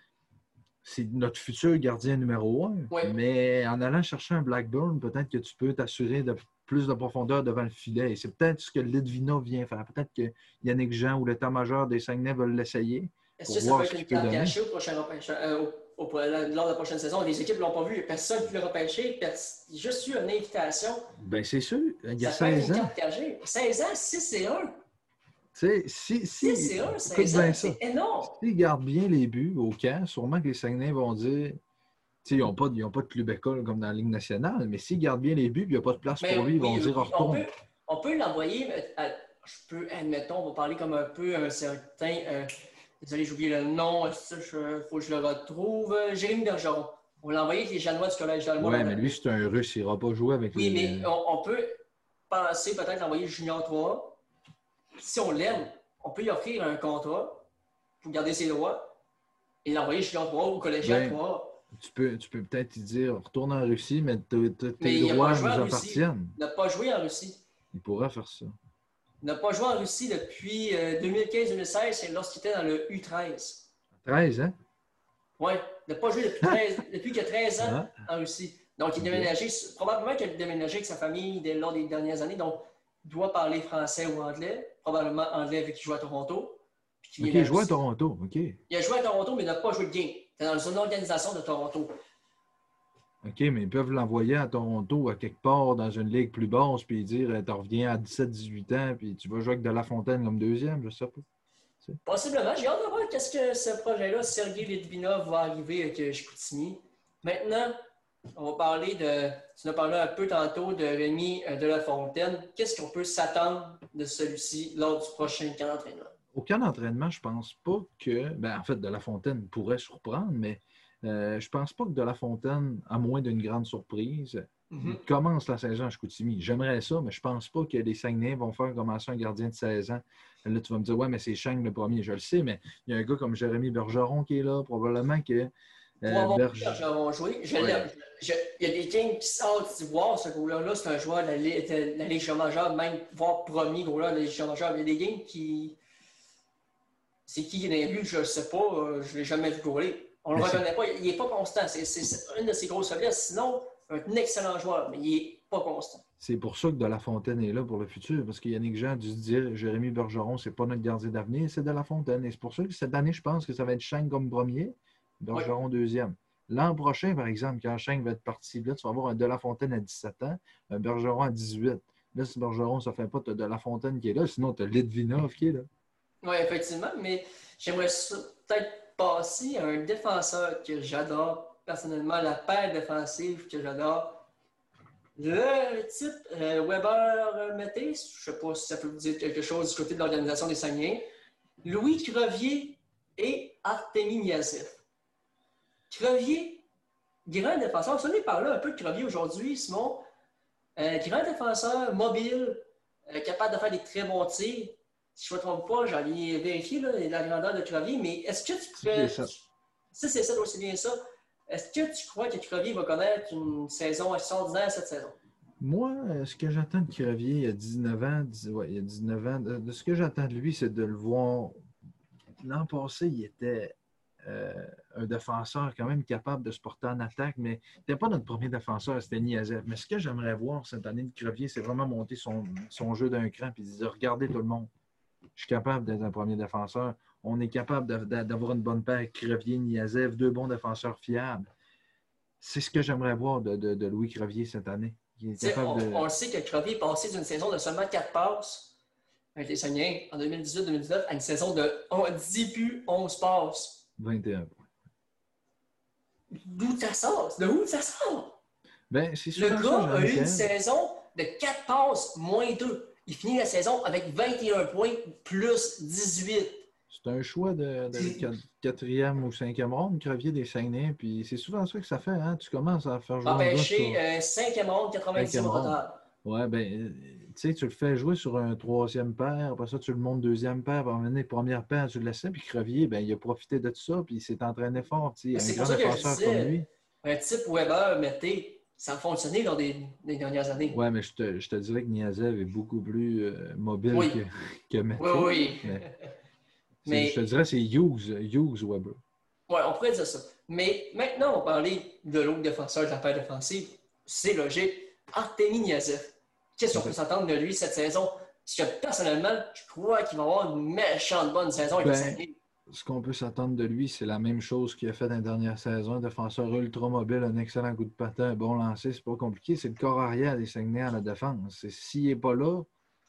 c'est notre futur gardien numéro un. Oui. Mais en allant chercher un Blackburn, peut-être que tu peux t'assurer de plus de profondeur devant le filet. Et c'est peut-être ce que Litvinov vient faire. Peut-être que Yannick Jean ou l'état-major des Saguenay veulent l'essayer. Est-ce que ça peut être une carte cachée au prochain repêchage? Euh, au, au, lors de la prochaine saison? Les équipes ne l'ont pas vu. Personne ne peut le repêcher. Pers- juste eu une invitation. Bien, c'est sûr. Il y a ça peut être seize une ans. carte cachée. seize ans, six et un. Tu sais, si, si, six et un, seize ans, c'est énorme. S'ils gardent bien les buts au camp, sûrement que les Saguenay vont dire, ils n'ont pas, pas de club école comme dans la Ligue nationale, mais s'ils gardent bien les buts, il n'y a pas de place mais pour lui, ils oui, vont oui, dire, retourne. On peut, on peut l'envoyer, à, je peux, admettons, on va parler comme un peu un certain, euh, désolé, j'ai oublié le nom, il faut que je le retrouve, Jérémy Bergeron. On va l'envoyer avec les Janois du Collège d'Allemagne. Oui, mais lui, c'est un Russe, il n'ira pas jouer avec oui, les... Oui, mais on, on peut penser peut-être l'envoyer Junior trois. Si on l'aime, on peut lui offrir un contrat pour garder ses droits et l'envoyer Junior trois au Collégial ben, trois. Tu peux, tu peux peut-être lui dire, retourne en Russie, mais tes mais droits nous appartiennent. Il n'a pas joué en Russie. Il pourrait faire ça. Il n'a pas joué en Russie depuis euh, deux mille quinze deux mille seize, c'est lorsqu'il était dans le U treize. treize, hein? Oui, il n'a pas joué depuis, treize, depuis qu'il a treize ans ah. en Russie. Donc, il a déménagé, probablement qu'il a déménagé avec sa famille dès, lors des dernières années, donc il doit parler français ou anglais, probablement anglais vu qu'il joue à Toronto. OK, il joue à Toronto, OK. Il a joué à Toronto, mais il n'a pas joué de game. Il est dans une organisation de Toronto. OK, mais ils peuvent l'envoyer à Toronto, à quelque part, dans une ligue plus basse, puis dire, tu reviens à dix-sept dix-huit ans, puis tu vas jouer avec De La Fontaine comme deuxième, je ne sais pas. C'est... Possiblement. J'ai hâte de voir qu'est-ce que ce projet-là, Sergei Litvinov, va arriver avec Chicoutimi. Maintenant, on va parler de... Tu nous as parlé un peu tantôt de Rémi de La Fontaine. Qu'est-ce qu'on peut s'attendre de celui-ci lors du prochain camp d'entraînement? au camp d'entraînement, je pense pas que. Ben, en fait, De La Fontaine pourrait surprendre, mais euh, je pense pas que De La Fontaine, à moins d'une grande surprise, il Mhm. commence la saison à Chicoutimi. J'aimerais ça, mais je pense pas que les Saguenay vont faire commencer un gardien de seize ans. Là, tu vas me dire, ouais, mais c'est Chang le premier. Je le sais, mais il y a un gars comme Jérémy Bergeron qui est là. Probablement que Pour euh, avoir vu Berge... Bergeron jouer, je ouais. l'ai- je- il y a des games qui sortent d'ivoire, ce goaler-là, c'est un joueur de la, Ligue- de la Ligue majeure, même voire premier goaler de la Ligue majeure. Il y a des games qui. C'est qui qui est dans les buts, je ne sais pas, euh, je ne l'ai jamais vu goaler. On ne le Mais c'est reconnaît pas, il n'est pas constant. C'est c'est une de ses grosses faiblesses. Sinon, un excellent joueur, mais il n'est pas constant. c'est pour ça que De La Fontaine est là pour le futur, parce qu'il y a Yannick Jean a dû se dire Jérémy Bergeron, c'est pas notre gardien d'avenir, c'est De La Fontaine. Et c'est pour ça que cette année, je pense que ça va être Chang comme premier, Oui. Bergeron deuxième. L'an prochain, par exemple, quand Chang va être parti, là, tu vas avoir un De La Fontaine à dix-sept ans, un Bergeron à dix-huit. Là, si Bergeron, ça ne fait pas, tu as De La Fontaine qui est là, sinon tu as Litvinov qui est là. Oui, effectivement, mais j'aimerais peut-être passer à un défenseur que j'adore, personnellement, la paire défensive que j'adore. Le type euh, Weber-Mété, je ne sais pas si ça peut vous dire quelque chose du côté de l'organisation des Saguenay. Louis Crevier et Artemi Niazev. Crevier, grand défenseur. Vous savez par là un peu de Crevier aujourd'hui, Simon. Euh, grand défenseur, mobile, euh, capable de faire des très bons tirs. Si je ne me trompe pas, j'allais vérifier là, la grandeur de Crevier, mais est-ce que tu C'est pourrais. ça. Si c'est ça, aussi bien ça. Est-ce que tu crois que Crevier va connaître une saison extraordinaire cette saison? Moi, euh, ce que j'attends de Crevier, il y a dix-neuf ans, dix ouais, il y a dix-neuf ans, de, de ce que j'attends de lui, c'est de le voir. L'an passé, il était euh, un défenseur quand même capable de se porter en attaque, mais il n'était pas notre premier défenseur, c'était Niazev. Mais ce que j'aimerais voir cette année de Crevier, c'est vraiment monter son, son jeu d'un cran et dire regardez tout le monde, je suis capable d'être un premier défenseur. On est capable d'avoir une bonne paire Crevier, Niazev, deux bons défenseurs fiables. C'est ce que j'aimerais voir de, de, de Louis Crevier cette année. Il est capable On, de. on le sait que Crevier est passé d'une saison de seulement quatre passes avec les Saguenay en deux mille dix-huit deux mille dix-neuf à une saison de dix buts, onze passes. vingt et un points. D'où ça sort? De où ça sort? Ben, c'est Le souvent gars ça, a eu une Jean-Michel. saison de quatre passes moins deux. Il finit la saison avec vingt et un points plus dix-huit. C'est un choix de, de quatrième ou cinquième ronde, Crevier des Saguenay, puis c'est souvent ça que ça fait. Hein? Tu commences à faire jouer un gars sur Empêché, euh, cinquième ronde, quatre-vingt-dixième cinquième au ronde. total. Ouais, ben, tu sais, tu le fais jouer sur un troisième paire, après ça, tu le montes deuxième paire, puis à un moment donné, première paire, tu le laissais, puis Crevier, ben, il a profité de tout ça, puis il s'est entraîné fort. Tu sais, un C'est pour grand ça que je défenseur comme lui. disais, un type Weber, Mété, ça a fonctionné dans des, des dernières années. Ouais, mais je te, je te dirais que Niazev est beaucoup plus euh, mobile Oui. que, que Mété. Oui, oui. Mais, Mais, je te dirais c'est Hughes, Hughes Weber. ouais, on pourrait dire ça. Mais maintenant, on va parler de l'autre défenseur de la paire défensive. C'est logique. Artemi Niazev. Qu'est-ce qu'on peut s'attendre de lui cette saison? Parce que personnellement, je crois qu'il va avoir une méchante bonne saison avec Ben, les Saguenay. Ce qu'on peut s'attendre de lui, c'est la même chose qu'il a fait dans la dernière saison. Un défenseur ultra mobile, un excellent coup de patin, un bon lancer, c'est pas compliqué. C'est le corps arrière des Saguenay à la défense. S'il n'est pas là,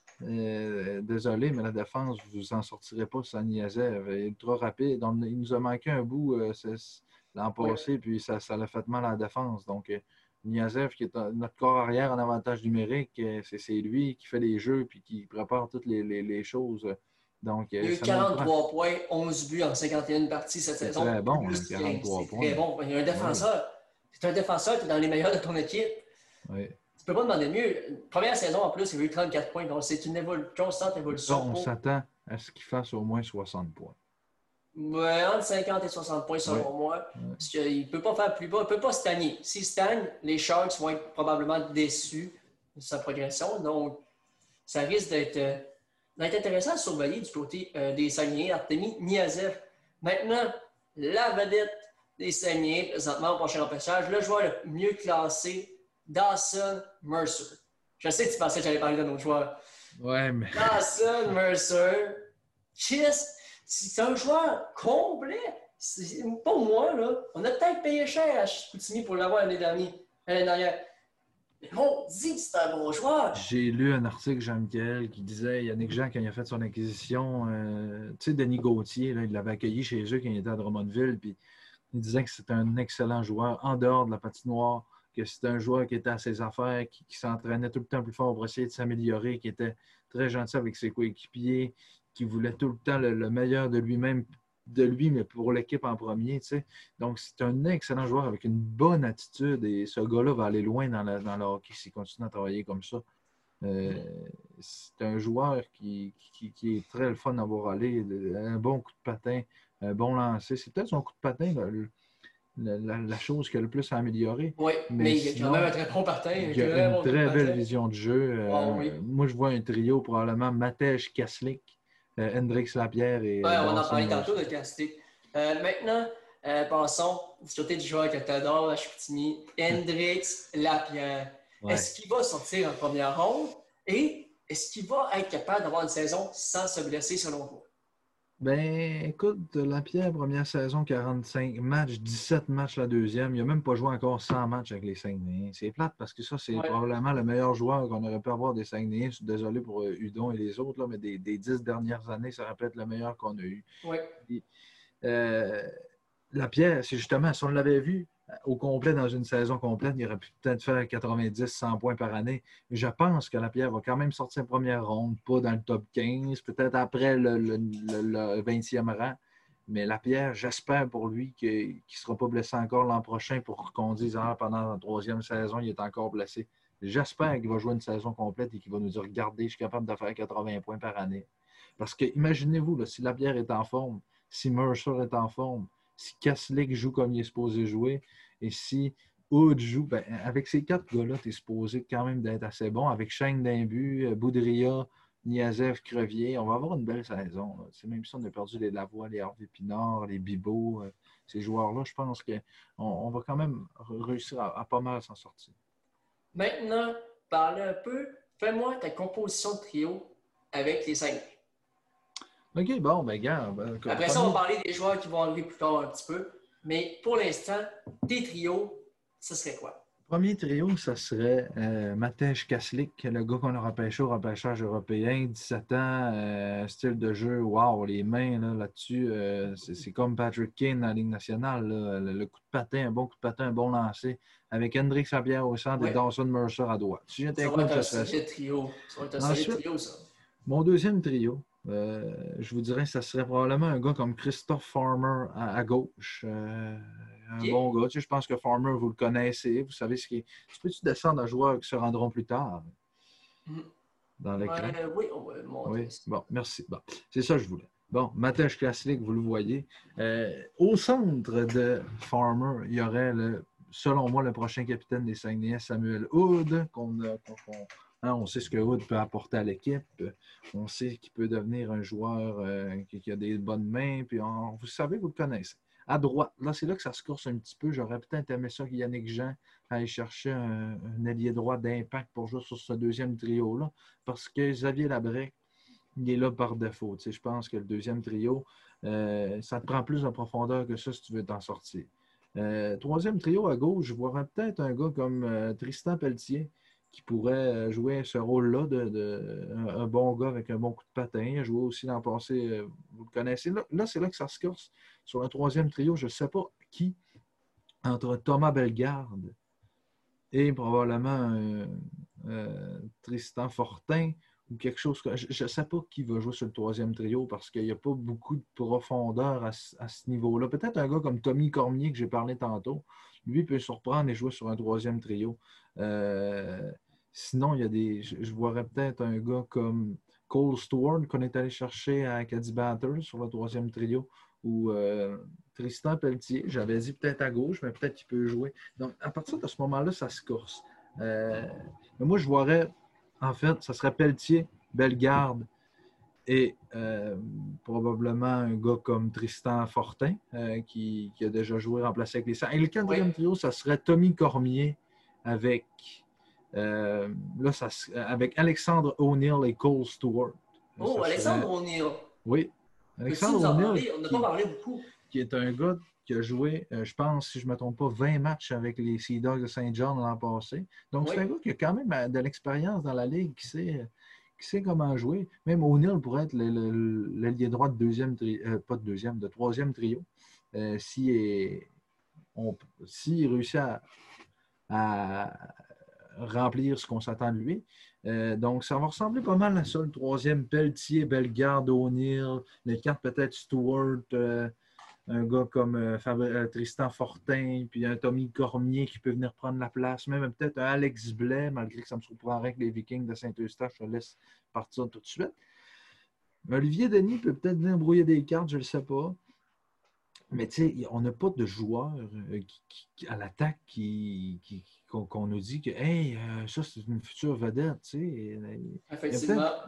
euh, désolé, mais la défense, vous en sortirez pas sans Niazev. Il est ultra rapide. Donc, il nous a manqué un bout euh, l'an passé, oui. Puis ça, ça l'a fait mal à la défense. Donc, euh, Niazev, qui est notre corps arrière en avantage numérique, euh, c'est lui qui fait les jeux puis qui prépare toutes les, les, les choses. Donc, il y a eu quarante-trois points, onze buts en cinquante et une parties cette saison. C'est très bon, hein, quarante-trois points. C'est très bon. Il y a un défenseur. Oui. C'est un défenseur qui est dans les meilleurs de ton équipe. Oui. Tu peux pas demander mieux. Première saison, en plus, il y a eu trente-quatre points. Donc, c'est une évolu constante évolution. Donc, on pour... s'attend à ce qu'il fasse au moins soixante points. Ouais, entre cinquante et soixante points, selon oui. moi. Oui. Parce qu'il ne peut pas faire plus bas. Il ne peut pas stagner. S'il stagne, les Sharks vont être probablement déçus de sa progression. Donc, ça risque d'être... Euh, Ça va être intéressant à surveiller du côté euh, des Saguenay, Artemi Niazev. Maintenant, la vedette des Saguenay, présentement au prochain repêchage, le joueur le mieux classé, Dawson Mercer. Je sais que tu pensais que j'allais parler d'un autre joueur. Ouais, mais... Dawson Mercer, c'est un joueur complet. Pas moi, là. On a peut-être payé cher à Chicoutimi pour l'avoir l'année dernière. L'année dernière. On dit que c'est un bon joueur. J'ai lu un article, Jean-Michel, qui disait, Yannick Jean, quand il a fait son acquisition, euh, tu sais, Denis Gauthier, là, il l'avait accueilli chez eux quand il était à Drummondville, puis il disait que c'était un excellent joueur en dehors de la patinoire, que c'était un joueur qui était à ses affaires, qui, qui s'entraînait tout le temps plus fort pour essayer de s'améliorer, qui était très gentil avec ses coéquipiers, qui voulait tout le temps le, le meilleur de lui-même, de lui, mais pour l'équipe en premier. Tu sais. Donc, c'est un excellent joueur avec une bonne attitude et ce gars-là va aller loin dans, la, dans le hockey s'il continue à travailler comme ça. Euh, c'est un joueur qui, qui, qui est très le fun à voir aller. Un bon coup de patin, un bon lancer. C'est peut-être son coup de patin, là, le, la, la, la chose qui a le plus à améliorer. Oui, Mais, mais il a sinon, quand même un très bon patin, un il a très une bon coup de très belle patin. vision de jeu. Oh, Euh, oui. moi, je vois un trio probablement Matej Kaslik, euh, Hendrix Lapierre et Ouais, euh, on en Dawson parlait tantôt Mercer. de Casté. Euh, maintenant, euh, passons du côté du joueur que tu adores, la Chicoutimi, Hendrix Lapierre. Ouais. Est-ce qu'il va sortir en première ronde et est-ce qu'il va être capable d'avoir une saison sans se blesser selon toi? Ben, écoute, Lapierre, première saison, quarante-cinq matchs, dix-sept matchs la deuxième. Il n'a même pas joué encore cent matchs avec les Saguenayens. C'est plate parce que ça, c'est Ouais. probablement le meilleur joueur qu'on aurait pu avoir des Saguenayens. Je suis désolé pour euh, Hudon et les autres, là, mais des, des dix dernières années, ça aurait pu être le meilleur qu'on a eu. Ouais. Puis, euh, Lapierre, c'est justement, si on l'avait vu au complet dans une saison complète, il aurait pu peut-être faire quatre-vingt-dix, cent points par année. Je pense que Lapierre va quand même sortir en première ronde, pas dans le top quinze, peut-être après le, le, le, le vingtième rang. Mais Lapierre, j'espère pour lui qu'il ne sera pas blessé encore l'an prochain pour qu'on dise ah, pendant la troisième saison, il est encore blessé. J'espère qu'il va jouer une saison complète et qu'il va nous dire regardez, je suis capable de faire quatre-vingts points par année. Parce que imaginez-vous, là, si Lapierre est en forme, si Mercer est en forme, si Kaslik joue comme il est supposé jouer, et si Hood joue, ben, avec ces quatre gars-là, tu es supposé quand même d'être assez bon. Avec Shane D'Imbu, Boudria, Niazev, Crevier, on va avoir une belle saison. C'est même si on a perdu les Lavoie, les Harvey Pinard, les Bibeau, euh, ces joueurs-là, je pense qu'on on va quand même réussir à, à pas mal s'en sortir. Maintenant, parle un peu, fais-moi ta composition de trio avec les cinq. OK, bon, ben, gars. Ben, Après ça, on va parler des joueurs qui vont arriver plus tard un petit peu. Mais pour l'instant, tes trios, ce serait quoi? Premier trio, ça serait euh, Matej Kaslik, le gars qu'on a repêché au repêchage européen, dix-sept ans, euh, style de jeu, wow, les mains là, là-dessus, euh, c'est, c'est comme Patrick Kane dans la Ligue nationale, là, le, le coup de patin, un bon coup de patin, un bon lancer, avec Hendrix Lapierre au centre et Ouais. Dawson Mercer à droite. Si j'étais Ça va coach, être un ça serait ça. solide trio. Ça va être un Ensuite, solide trio, ça. mon deuxième trio, euh, je vous dirais, ça serait probablement un gars comme Christophe Farmer à, à gauche. Euh, un Okay. bon gars. Tu sais, je pense que Farmer, vous le connaissez. Vous savez ce qui est. Tu peux-tu descendre à joueurs qui se rendront plus tard dans l'écran? Ouais, oui, on va le montrer. Oui, bon, merci. Bon, c'est ça que je voulais. Bon, Matej Kaslik, vous le voyez. Euh, au centre de Farmer, il y aurait, le, selon moi, le prochain capitaine des Saguenayens, Samuel Hood, qu'on a. Qu'on, qu'on, Hein, on sait ce que Hood peut apporter à l'équipe. On sait qu'il peut devenir un joueur euh, qui, qui a des bonnes mains. Puis on, vous savez, vous le connaissez. À droite, là, c'est là que ça se course un petit peu. J'aurais peut-être aimé ça que Yannick Jean aille chercher un, un ailier droit d'impact pour jouer sur ce deuxième trio-là. Parce que Xavier Labrec, il est là par défaut. Tu sais, je pense que le deuxième trio, euh, ça te prend plus de profondeur que ça si tu veux t'en sortir. Euh, troisième trio à gauche, je vois peut-être un gars comme euh, Tristan Pelletier, qui pourrait jouer ce rôle-là de, de un, un bon gars avec un bon coup de patin. Il a joué aussi l'an passé, euh, vous le connaissez. Là, là, c'est là que ça se corse. Sur le troisième trio, je ne sais pas qui, entre Thomas Bellegarde et probablement euh, euh, Tristan Fortin ou quelque chose. Que, je ne sais pas qui va jouer sur le troisième trio parce qu'il n'y a pas beaucoup de profondeur à, à ce niveau-là. Peut-être un gars comme Tommy Cormier que j'ai parlé tantôt. Lui peut surprendre et jouer sur un troisième trio. Euh, sinon, il y a des. Je, je voirais peut-être un gars comme Cole Stewart qu'on est allé chercher à Caddy Batters sur le troisième trio ou euh, Tristan Pelletier. J'avais dit peut-être à gauche, mais peut-être qu'il peut jouer. Donc, à partir de ce moment-là, ça se corse. Euh, mais moi, je voirais, en fait, ça serait Pelletier, Bellegarde et euh, probablement un gars comme Tristan Fortin euh, qui, qui a déjà joué remplacé avec les Saints. Et le quatrième oui. trio, ça serait Tommy Cormier avec, euh, là, ça, avec Alexandre O'Neill et Cole Stewart. Oh, ça Alexandre serait... O'Neill. Oui. Alexandre O'Neill. On n'a pas parlé beaucoup. Qui est un gars qui a joué, euh, je pense, si je ne me trompe pas, vingt matchs avec les Sea Dogs de Saint John l'an passé. Donc, oui. c'est un gars qui a quand même de l'expérience dans la ligue, qui sait, qui sait comment jouer. Même O'Neill pourrait être l'ailier droit de deuxième, tri- euh, pas de deuxième, de troisième trio. Euh, S'il si si réussit à, à, remplir ce qu'on s'attend de lui. Euh, donc, ça va ressembler pas mal à ça. Le troisième, Pelletier, Bellegarde, O'Neill, les cartes peut-être Stewart, euh, un gars comme euh, Fabri- Tristan Fortin, puis un Tommy Cormier qui peut venir prendre la place, même peut-être un Alex Blais, malgré que ça me surprendrait que les Vikings de Saint-Eustache se laissent partir tout de suite. Olivier Denis peut peut-être venir brouiller des cartes, je ne le sais pas. Mais tu sais, on n'a pas de joueur euh, qui, qui, à l'attaque qui, qui, qu'on, qu'on nous dit que hey, euh, ça c'est une future vedette. Tu sais. Il y a Effectivement. peut-être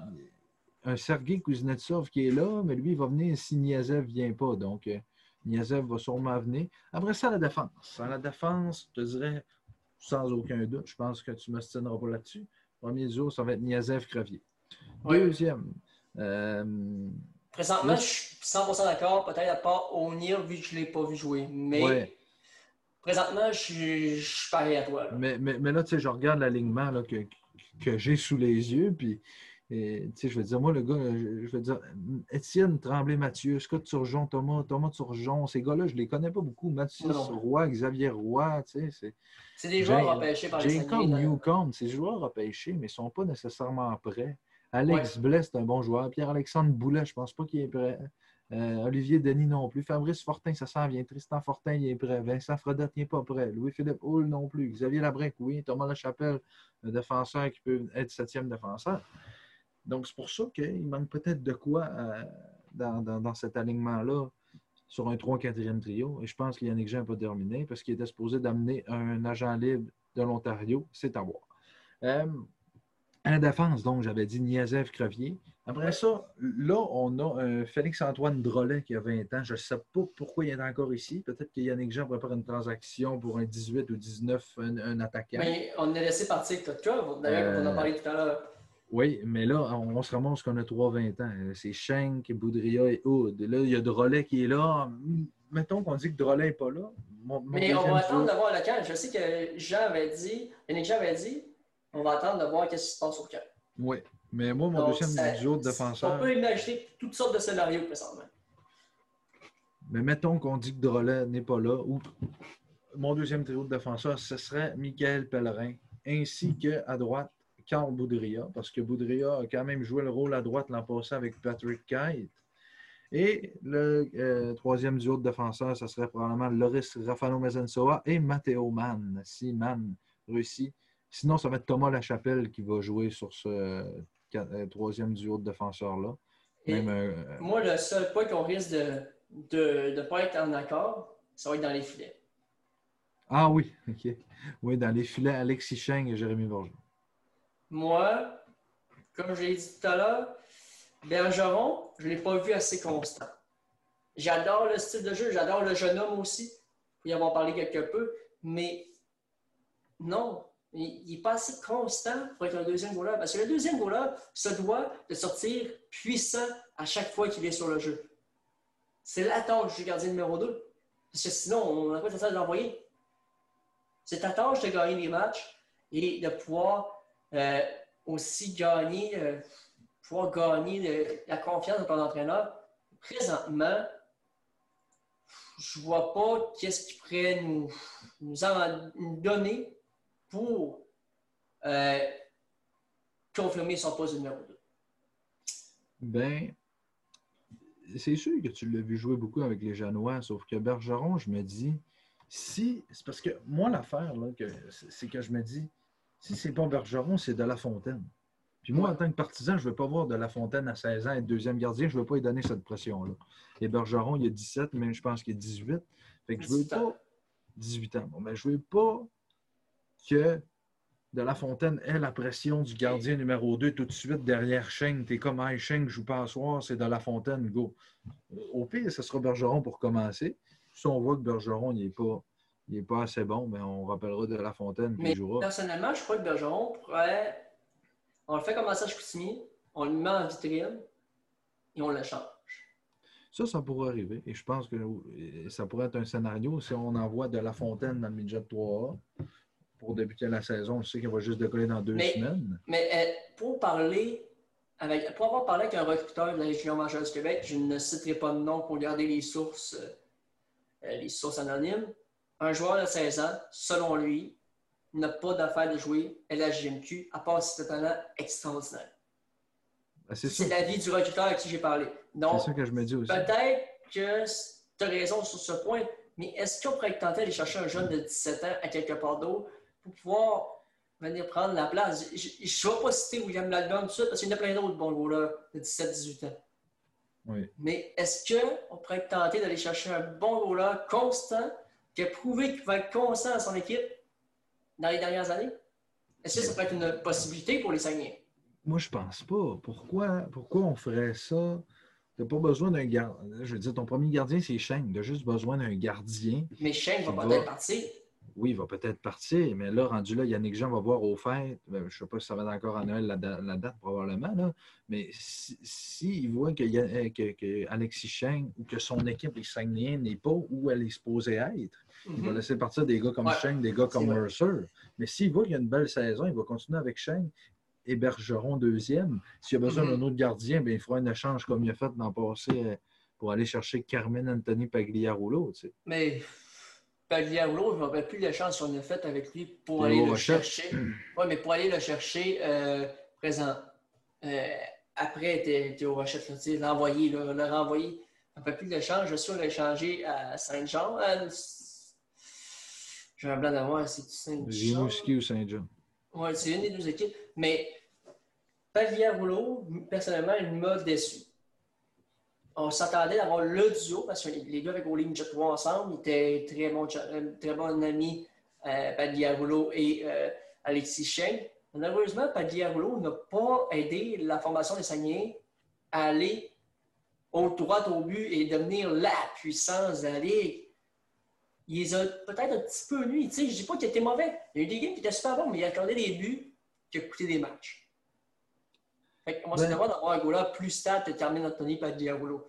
un Sergei Kuznetsov qui est là, mais lui, il va venir si Niazev ne vient pas. Donc, euh, Niazev va sûrement venir. Après ça, la défense. À la défense, je te dirais, sans aucun doute, je pense que tu ne m'ostèneras pas là-dessus. Premier jour, ça va être Niazev-Crevier. Oui. Deuxième, euh, Présentement, là, je suis cent pour cent d'accord, peut-être à part O'Neill, vu que je ne l'ai pas vu jouer. Mais ouais. présentement, je suis, je suis pareil à toi. Là. Mais, mais, mais là, tu sais, je regarde l'alignement là, que, que j'ai sous les yeux, puis et, tu sais, je veux dire, moi, le gars, je, je veux dire, Étienne Tremblay-Mathieu, Scott Turgeon, Thomas, Thomas Turgeon, ces gars-là, je ne les connais pas beaucoup. Mathis Roy, Xavier Roy, tu sais, c'est... C'est des joueurs Ja- repêchés par les Jacob Saguenay. Newcombe, ces joueurs repêchés, mais ils ne sont pas nécessairement prêts. Alex Ouais. Blais, c'est un bon joueur. Pierre-Alexandre Boulet, je ne pense pas qu'il est prêt. Euh, Olivier Denis non plus. Fabrice Fortin, ça s'en vient. Tristan Fortin, il est prêt. Vincent Fredette, il n'est pas prêt. Louis-Philippe Hull non plus. Xavier Labrec, oui. Thomas Lachapelle, un défenseur qui peut être septième défenseur. Donc, c'est pour ça qu'il manque peut-être de quoi euh, dans, dans, dans cet alignement-là sur un trois quatrième trio. Et je pense que Yannick Jean n'a pas terminé parce qu'il était supposé d'amener un agent libre de l'Ontario. C'est à voir. Euh, à la défense, donc, j'avais dit Niazev-Crevier. Après ça, là, on a euh, Félix-Antoine Drolet qui a vingt ans. Je ne sais pas pourquoi il est encore ici. Peut-être que Yannick Jean prépare une transaction pour un dix-huit ou dix-neuf, un, un attaquant. Mais on a laissé partir Kotka, d'ailleurs, euh, on en a parlé tout à l'heure. Oui, mais là, on, on se ramasse qu'on a trois vingt ans. C'est Schenk, Boudria et Hood. Là, il y a Drolet qui est là. Mettons qu'on dit que Drolet n'est pas là. Mon, mon mais on va attendre jour... de voir le camp. Je sais que Jean avait dit, Yannick Jean avait dit, on va attendre de voir ce qui se passe au camp. Oui, mais moi, mon Donc, deuxième ça, duo de défenseur... On peut imaginer toutes sortes de scénarios présentement. Mais mettons qu'on dit que Drolet n'est pas là, ou mon deuxième trio de défenseur, ce serait Michael Pellerin, ainsi qu'à droite, Carl Boudria, parce que Boudria a quand même joué le rôle à droite l'an passé avec Patrick Kite. Et le euh, troisième duo de défenseur, ce serait probablement Loris Rafano Mezensoa et Matteo Mann, si Mann réussit. Sinon, ça va être Thomas Lachapelle qui va jouer sur ce euh, troisième duo de défenseur-là. Même, euh, moi, le seul point qu'on risque de ne pas être en accord, ça va être dans les filets. Ah oui, OK. Oui, dans les filets, Alexis Cheng et Jérémy Bourgeois. Moi, comme je l'ai dit tout à l'heure, Bergeron, je ne l'ai pas vu assez constant. J'adore le style de jeu, j'adore le jeune homme aussi, pour y avoir parlé quelque peu, mais non, il n'est pas assez constant pour être un deuxième goaler. Parce que le deuxième goaler se doit de sortir puissant à chaque fois qu'il est sur le jeu. C'est la tâche du gardien numéro deux. Parce que sinon, on n'a pas de de l'envoyer. C'est ta tâche de gagner des matchs et de pouvoir euh, aussi gagner, euh, pouvoir gagner le, la confiance de ton entraîneur. Présentement, je ne vois pas qu'est-ce qu'il pourrait nous, nous, en, nous donner pour euh, confirmer son poste de numéro deux. Ben, c'est sûr que tu l'as vu jouer beaucoup avec les Janois, sauf que Bergeron, je me dis, si, c'est parce que moi, l'affaire, là, que, c'est que je me dis, si c'est pas Bergeron, c'est de La Fontaine. Puis moi, en tant que partisan, je ne veux pas voir de La Fontaine à seize ans être deuxième gardien. Je ne veux pas lui donner cette pression-là. Et Bergeron, il a dix-sept, mais je pense qu'il a dix-huit. Fait que je veux pas... dix-huit ans. Bon, mais je veux pas que de La Fontaine ait la pression du gardien numéro deux tout de suite derrière Schenk. T'es comme, hey, Schenk joue pas à soir, c'est de La Fontaine, go. Au pire, ce sera Bergeron pour commencer. Si on voit que Bergeron, il n'est pas... il n'est pas assez bon, mais on rappellera de La Fontaine puis mais il jouera. Personnellement, je crois que Bergeron pourrait... On le fait commencer à Chicoutimi, on le met en vitrine et on le change. Ça, ça pourrait arriver. Et je pense que ça pourrait être un scénario si on envoie de La Fontaine dans le midget trois A pour débuter la saison. Je sais qu'il va juste décoller dans deux mais, semaines. Mais euh, pour parler, avec, pour avoir parlé avec un recruteur de la Région majeure du Québec, je ne citerai pas de nom pour garder les sources, euh, les sources anonymes. Un joueur de seize ans, selon lui, n'a pas d'affaire de jouer L H J M Q, à part si c'est un talent extraordinaire. Ben, c'est C'est ça. l'avis du recruteur à qui j'ai parlé. Donc, c'est ça que je me dis aussi. Peut-être que tu as raison sur ce point, mais est-ce qu'on pourrait tenter d'aller chercher un jeune de dix-sept ans à quelque part d'autre pour pouvoir venir prendre la place? Je ne vais pas citer William Lalbum, tout ça, parce qu'il y en a plein d'autres bons goalers de dix-sept à dix-huit ans. Oui. Mais est-ce qu'on pourrait tenter d'aller chercher un bon goaler constant qui a prouvé qu'il va être constant dans son équipe dans les dernières années? Est-ce que ça pourrait être une possibilité pour les Saguenay? Moi, je pense pas. Pourquoi, pourquoi on ferait ça? Tu n'as pas besoin d'un gardien. Je veux dire, ton premier gardien, c'est Shane. Tu as juste besoin d'un gardien. Mais Shane va va... peut-être partir. Oui, il va peut-être partir, mais là, rendu là, Yannick Jean va voir au fait. Je ne sais pas si ça va être encore à Noël la, la date, probablement. Là. Mais s'il si, si voit que, que, que Alexis Shane ou que son équipe, les Saguenayens, n'est pas où elle est supposée être, mm-hmm. il va laisser partir des gars comme ouais, Shane, des gars comme Mercer. Mais s'il voit qu'il y a une belle saison, il va continuer avec Shane et Bergeron deuxième. S'il a besoin mm-hmm. d'un autre gardien, bien, il fera un échange comme il a fait l'an passé pour aller chercher Carmen Anthony Pagliarulo. Tu sais. Mais Pagliarulo, je ne me rappelle plus la chance qu'on a faite avec lui pour aller le chercher. Oui, mais pour aller le chercher euh, présent. Euh, après, Théo Rochette, l'envoyer, le renvoyer. Je ne me rappelle plus de l'échange. Je suis échangé à Saint-Jean. À... J'ai un blanc d'avoir, c'est Saint-Jean. Rimouski ou Saint-Jean. Oui, c'est une des deux équipes. Mais Pagliarulo, personnellement, il m'a déçu. On s'attendait d'avoir le duo parce que les deux avec Oli Mjetwa ensemble, ils étaient très bons, très bons amis, euh, Pagliarulo et euh, Alexis Shane. Malheureusement, Pagliarulo n'a pas aidé la formation des Saguenay à aller au droit au but et devenir la puissance de la Ligue. Il les a peut-être un petit peu nuits. Je ne dis pas qu'il était mauvais. Il y a eu des games qui étaient super bons, mais il a accordé des buts qui ont coûté des matchs. Fait qu'on va se demander d'avoir un goaler plus stable que Carmen Anthony Pagliarulo.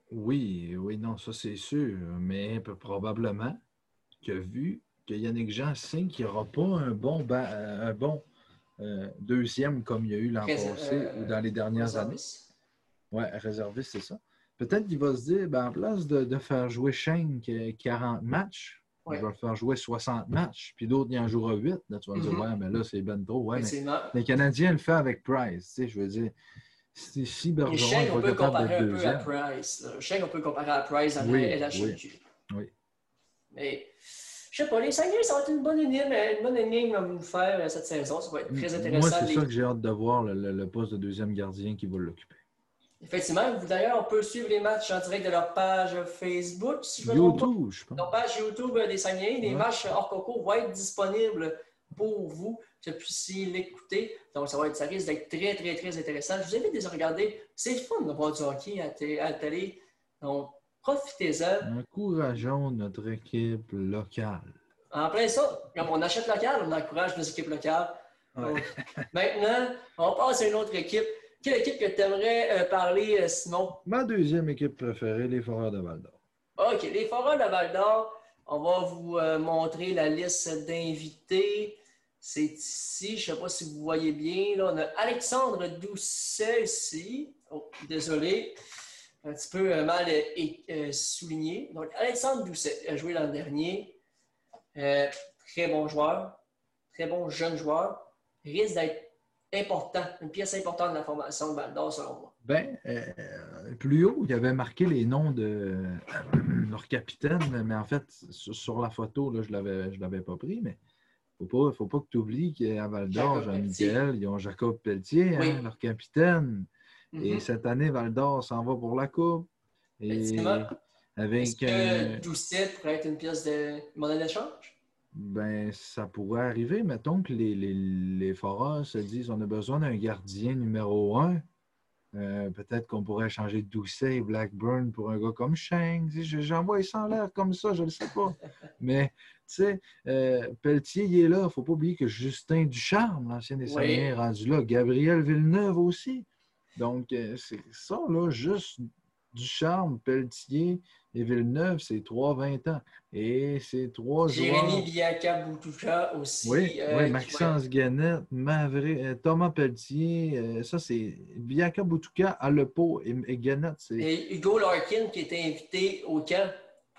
Oui, oui, non, ça c'est sûr. Mais probablement que vu que Yannick Jean signe qu'il n'y aura pas un bon, ba- un bon euh, deuxième comme il y a eu l'an Rés- passé euh, ou dans les dernières réserviste. années. Oui, réserviste, c'est ça. Peut-être qu'il va se dire, ben, en place de, de faire jouer Shane qui a quarante matchs, ouais. je vais le faire jouer soixante matchs, puis d'autres, il en jouera huit. Là, tu vas me mm-hmm. dire, ouais, mais là, c'est ben trop. Ouais, mais, mais les Canadiens le font avec Price. Tu sais, je veux dire, si, si Bergeron Shane, est on pas peut capable comparer d'être un deuxième. peu à Price. Là. Shane, on peut comparer à Price dans oui, la L H M Q. Oui, oui. Mais, je sais pas, les Saguenay, ça va être une bonne énigme, une bonne énigme à nous faire cette saison. Ça va être très intéressant. Moi, c'est les... ça que j'ai hâte de voir, le, le, le poste de deuxième gardien qui va l'occuper. Effectivement, d'ailleurs, on peut suivre les matchs en direct de leur page Facebook. Si je YouTube, je pense. Leur page YouTube des Saguenay, les ouais. matchs hors concours vont être disponibles pour vous, que vous puissiez l'écouter. Donc, ça, va être, ça risque d'être très, très, très intéressant. Je vous invite à les regarder. C'est fun de voir du hockey à, t- à la télé. Donc, profitez-en. Encourageons notre équipe locale. En plein ça, comme on achète local, on encourage nos équipes locales. Ouais. Donc, maintenant, on passe à une autre équipe. Quelle équipe que tu aimerais euh, parler, euh, Simon? Ma deuxième équipe préférée, les Foreurs de Val-d'Or. OK, les Foreurs de Val-d'Or, on va vous euh, montrer la liste d'invités. C'est ici, je ne sais pas si vous voyez bien. Là, on a Alexandre Doucet ici. Oh, désolé, un petit peu euh, mal euh, euh, souligné. Donc, Alexandre Doucet a joué l'an dernier. Euh, très bon joueur, très bon jeune joueur. Risque d'être important, une pièce importante de la formation de Val-d'Or, selon moi. Bien, euh, plus haut, il y avait marqué les noms de euh, leur capitaine, mais en fait, sur, sur la photo, là, je ne l'avais, je l'avais pas pris, mais il ne faut pas que tu oublies qu'à Val-d'Or, Jean-Michel, ils ont Jacob Pelletier, oui. hein, leur capitaine. Mm-hmm. Et cette année, Val-d'Or s'en va pour la Coupe. Et avec, Est-ce que euh, Doucet pourrait être une pièce de monnaie d'échange? Ben, ça pourrait arriver. Mettons que les, les, les Foreurs se disent on a besoin d'un gardien numéro un. Euh, peut-être qu'on pourrait changer Doucet et Blackburn pour un gars comme Shane. J'envoie ça en l'air comme ça, je ne le sais pas. Mais, tu sais, euh, Pelletier, il est là. Il ne faut pas oublier que Justin Ducharme, l'ancien des Saguenay, oui. est rendu là. Gabriel Villeneuve aussi. Donc, euh, c'est ça, là, juste Ducharme, Pelletier et Villeneuve, c'est trois vingt ans. Et c'est trois joueurs... Jérémy Biaka-Boutouka aussi. Oui, euh, oui Maxence Guenette, Mavri, euh, Thomas Pelletier. Euh, ça, c'est Biaka-Boutouka, Alepo et, et Guenette. C'est... Et Hugo Larkin qui était invité au camp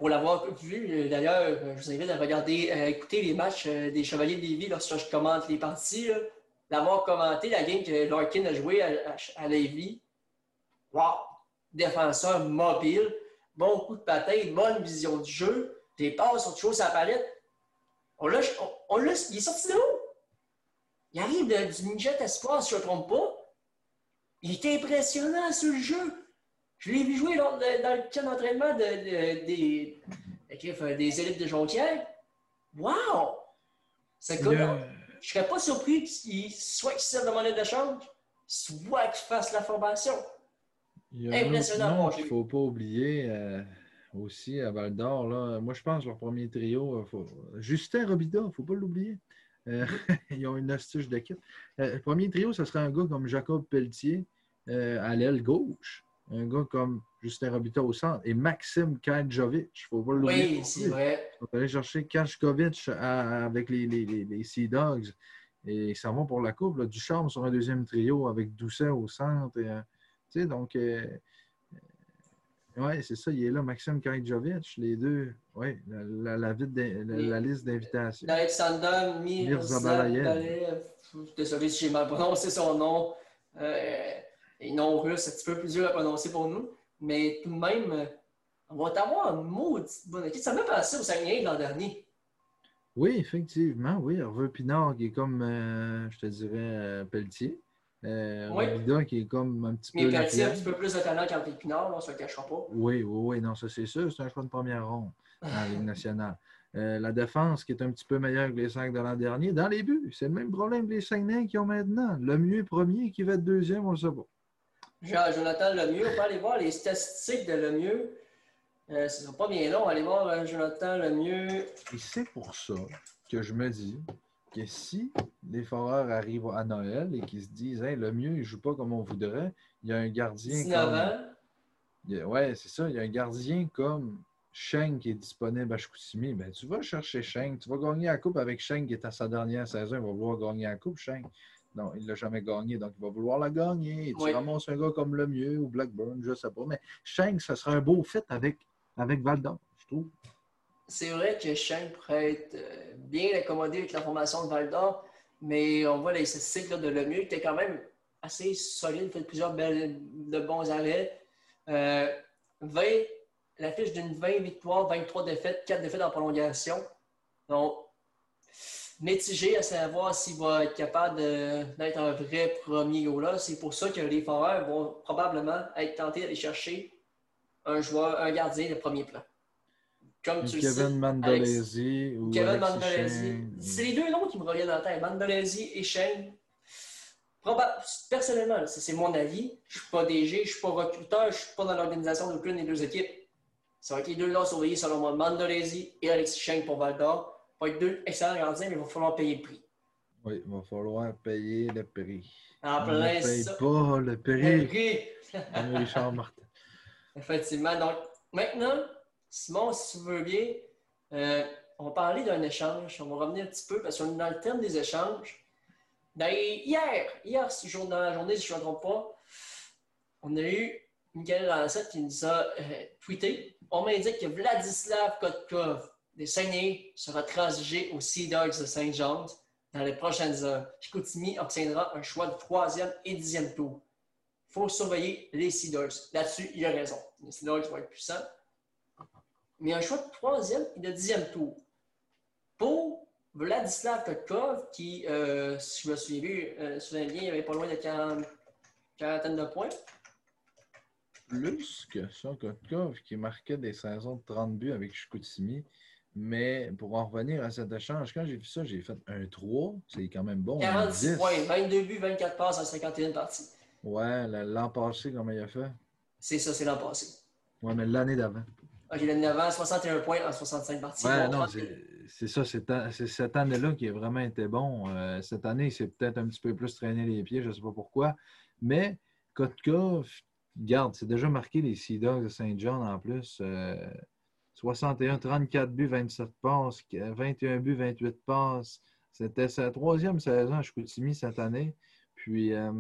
pour l'avoir vu, d'ailleurs, je vous invite à regarder, à écouter les matchs des Chevaliers de Lévis lorsque je commente les parties. Là. D'avoir commenté la game que Larkin a joué à, à, à Lévis. Wow! Défenseur mobile, bon coup de patin, bonne vision du jeu, des passes sur chose à la palette. On l'a, on, on l'a, il est sorti de où? Il arrive de, du Ninja Espoir, si je ne me trompe pas. Il était impressionnant sur le jeu. Je l'ai vu jouer lors de, dans le camp d'entraînement de, de, de, de, des élites de Jonquière. Wow! Ce gars-là, je ne serais pas surpris qu'il soit qu'il serve de monnaie d'échange, soit qu'il fasse la formation. Il y a impressionnant. Il ne faut pas oublier euh, aussi à Val d'Or. Là, moi, je pense leur premier trio, faut... Justin Robida, il ne faut pas l'oublier. Euh, ils ont une astuce d'équipe. Euh, le premier trio, ce serait un gars comme Jacob Pelletier euh, à l'aile gauche, un gars comme Justin Robita au centre et Maxime Kajjovic. Il ne faut pas l'oublier. Oui, c'est vrai. On va aller chercher Kajkovic avec les, les, les, les Sea Dogs et ça va pour la coupe. Là. Ducharme sur un deuxième trio avec Doucet au centre. Et, euh, tu sais, donc, euh, oui, c'est ça, il est là, Maxime Kajjovic, les deux, oui, la, la, la, la, la liste d'invitations. Alexander Mirzabalayev, désolé si j'ai mal prononcé son nom, euh, et non russe, c'est un petit peu plus dur à prononcer pour nous, mais tout de même, on va avoir un maudit bonne équipe. Ça m'a passé au Saguenay l'an dernier. Oui, effectivement, oui, Hervé Pinard qui est comme, euh, je te dirais, euh, Pelletier. Euh, oui. Robida qui est comme un petit mais peu. Mais Pelletier a un petit peu plus de talent qu'Henri Pinard, on ne se le cachera pas. Oui, oui, oui, non, ça c'est sûr. C'est un choix de première ronde dans la Ligue nationale. Euh, la défense qui est un petit peu meilleure que les cinq de l'an dernier. Dans les buts, c'est le même problème que les cinq nains qui ont maintenant. Le mieux premier qui va être deuxième, on ne le sait pas. Jonathan Lemieux, on peut aller voir les statistiques de Lemieux. Euh, ce ne sera pas bien long. Allez voir euh, Jonathan Lemieux. Et c'est pour ça que je me dis que si les Foreurs arrivent à Noël et qu'ils se disent hey, le mieux, il ne joue pas comme on voudrait, il y a un gardien dix-neuf comme... ans. Oui, c'est ça. Il y a un gardien comme Sheng qui est disponible à Chicoutimi. Ben, tu vas chercher Sheng. Tu vas gagner la coupe avec Sheng qui est à sa dernière saison. Il va vouloir gagner la coupe, Sheng. Non, il ne l'a jamais gagné, donc il va vouloir la gagner. Et tu oui. ramasses un gars comme Lemieux ou Blackburn, je ne sais pas. Mais Sheng, ça serait un beau fit avec, avec Val d'Or, je trouve. C'est vrai que Sheng pourrait être bien accommodé avec la formation de Val d'Or, mais on voit les statistiques là, de Lemieux qui était quand même assez solide, il fait plusieurs belles, de bons arrêts. Euh, vingt, la fiche d'une vingt victoires, vingt-trois défaites, quatre défaites en prolongation. Donc, mitigé à savoir s'il va être capable de, d'être un vrai premier goaler. C'est pour ça que les Foreurs vont probablement être tentés d'aller chercher un joueur, un gardien de premier plan. Comme tu Kevin le sais, Mandolesi ou Kevin Alexis Mandolesi. Sheng. C'est les deux noms qui me reviennent en tête, Mandolesi et Sheng. Personnellement, c'est mon avis. Je ne suis pas D G, je ne suis pas recruteur, je ne suis pas dans l'organisation d'aucune des deux équipes. Ça va être les deux noms surveillés selon moi, Mandolesi et Alexis Sheng pour Val d'Or. Ça va être deux excellents gardiens, mais il va falloir payer le prix. Oui, il va falloir payer le prix. En On plein ne paye ça. pas le prix. Le prix. Comme Richard Martin. Effectivement. Donc, maintenant, Simon, si tu veux bien, euh, on va parler d'un échange. On va revenir un petit peu parce qu'on est dans le thème des échanges. Dans les, hier, hier, dans la journée, si je ne me trompe pas, on a eu Michael Rancette qui nous a euh, tweeté. On m'indique que Vladislav Kotkov des Saguenay sera transigé aux Sea Dogs de Saint-Jean dans les prochaines heures. Chicoutimi obtiendra un choix de troisième et dixième tour. Il faut surveiller les Sea Dogs. Là-dessus, il a raison. Les Sea Dogs vont être puissants. Mais un choix de troisième et de dixième tour. Pour Vladislav Kotkov, qui, euh, si je me souviens bien, euh, souviens bien, il avait pas loin de quarante, quarantaine de points. Plus que ça, Kotkov, qui marquait des saisons de trente buts avec Chicoutimi. Mais pour en revenir à cet échange, quand j'ai vu ça, j'ai fait un trois. C'est quand même bon. quarante-six points, vingt-deux buts, vingt-quatre passes en cinquante et une parties. Ouais, l'an passé, comment il a fait? C'est ça, c'est l'an passé. Ouais, mais l'année d'avant. Ok, l'année d'avant, soixante et un points en soixante-cinq parties. Ouais, bon, non, c'est ça. C'est cette année-là qui a vraiment été bon. Euh, cette année, c'est peut-être un petit peu plus traîné les pieds, je ne sais pas pourquoi. Mais Kotkov, garde, c'est déjà marqué les Sea Dogs de Saint-Jean en plus. Euh, soixante et un, trente-quatre buts, vingt-sept passes, vingt et un buts, vingt-huit passes. C'était sa troisième saison à Chicoutimi cette année. Puis, euh,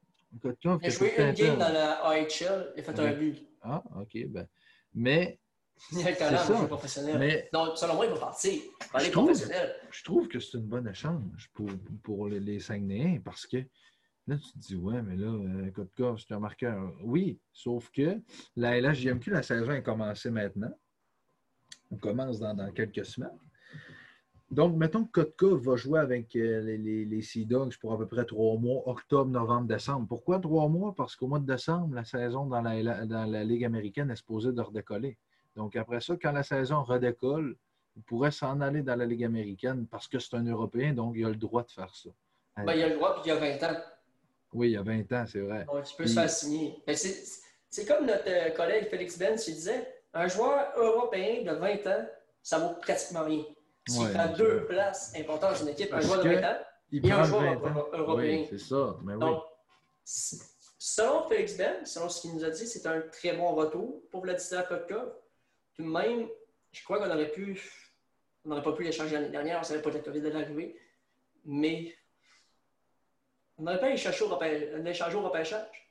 Kotkov... Il a joué une game dans la A H L, il a fait avec... un but. Ah, OK. Ben. Mais Il y a un talent pour jouer professionnel. Mais donc, selon moi, il va partir. Il va aller professionnel. Je trouve que c'est une bonne échange pour, pour les, les Saguenayens parce que là, tu te dis, ouais, mais là, euh, Kotka, c'est un marqueur. Oui, sauf que la L H J M Q, la saison est commencée maintenant. On commence dans, dans quelques semaines. Donc, mettons que Kotka va jouer avec euh, les, les, les Sea Dogs pour à peu près trois mois, octobre, novembre, décembre. Pourquoi trois mois? Parce qu'au mois de décembre, la saison dans la, dans la Ligue américaine est supposée de redécoller. Donc, après ça, quand la saison redécolle, il pourrait s'en aller dans la Ligue américaine parce que c'est un Européen, donc il a le droit de faire ça. Ben, il a le droit, puis il y a vingt ans. Oui, il y a vingt ans, c'est vrai. Donc, il peut puis... se faire signer. C'est comme notre collègue Félix Benz qui disait, un joueur européen de vingt ans, ça vaut pratiquement rien. S'il ouais, prend deux vrai. places importantes dans une équipe, un joueur de vingt ans et un joueur européen. Oui, c'est ça. Mais donc, oui. Selon Félix Benz, selon ce qu'il nous a dit, c'est un très bon retour pour Vladimir Kotkov. Tout de même, je crois qu'on aurait pu, on n'aurait pas pu l'échanger l'année dernière, on ne savait pas que la COVID allait arriver, mais on n'aurait pas échangé au repêchage.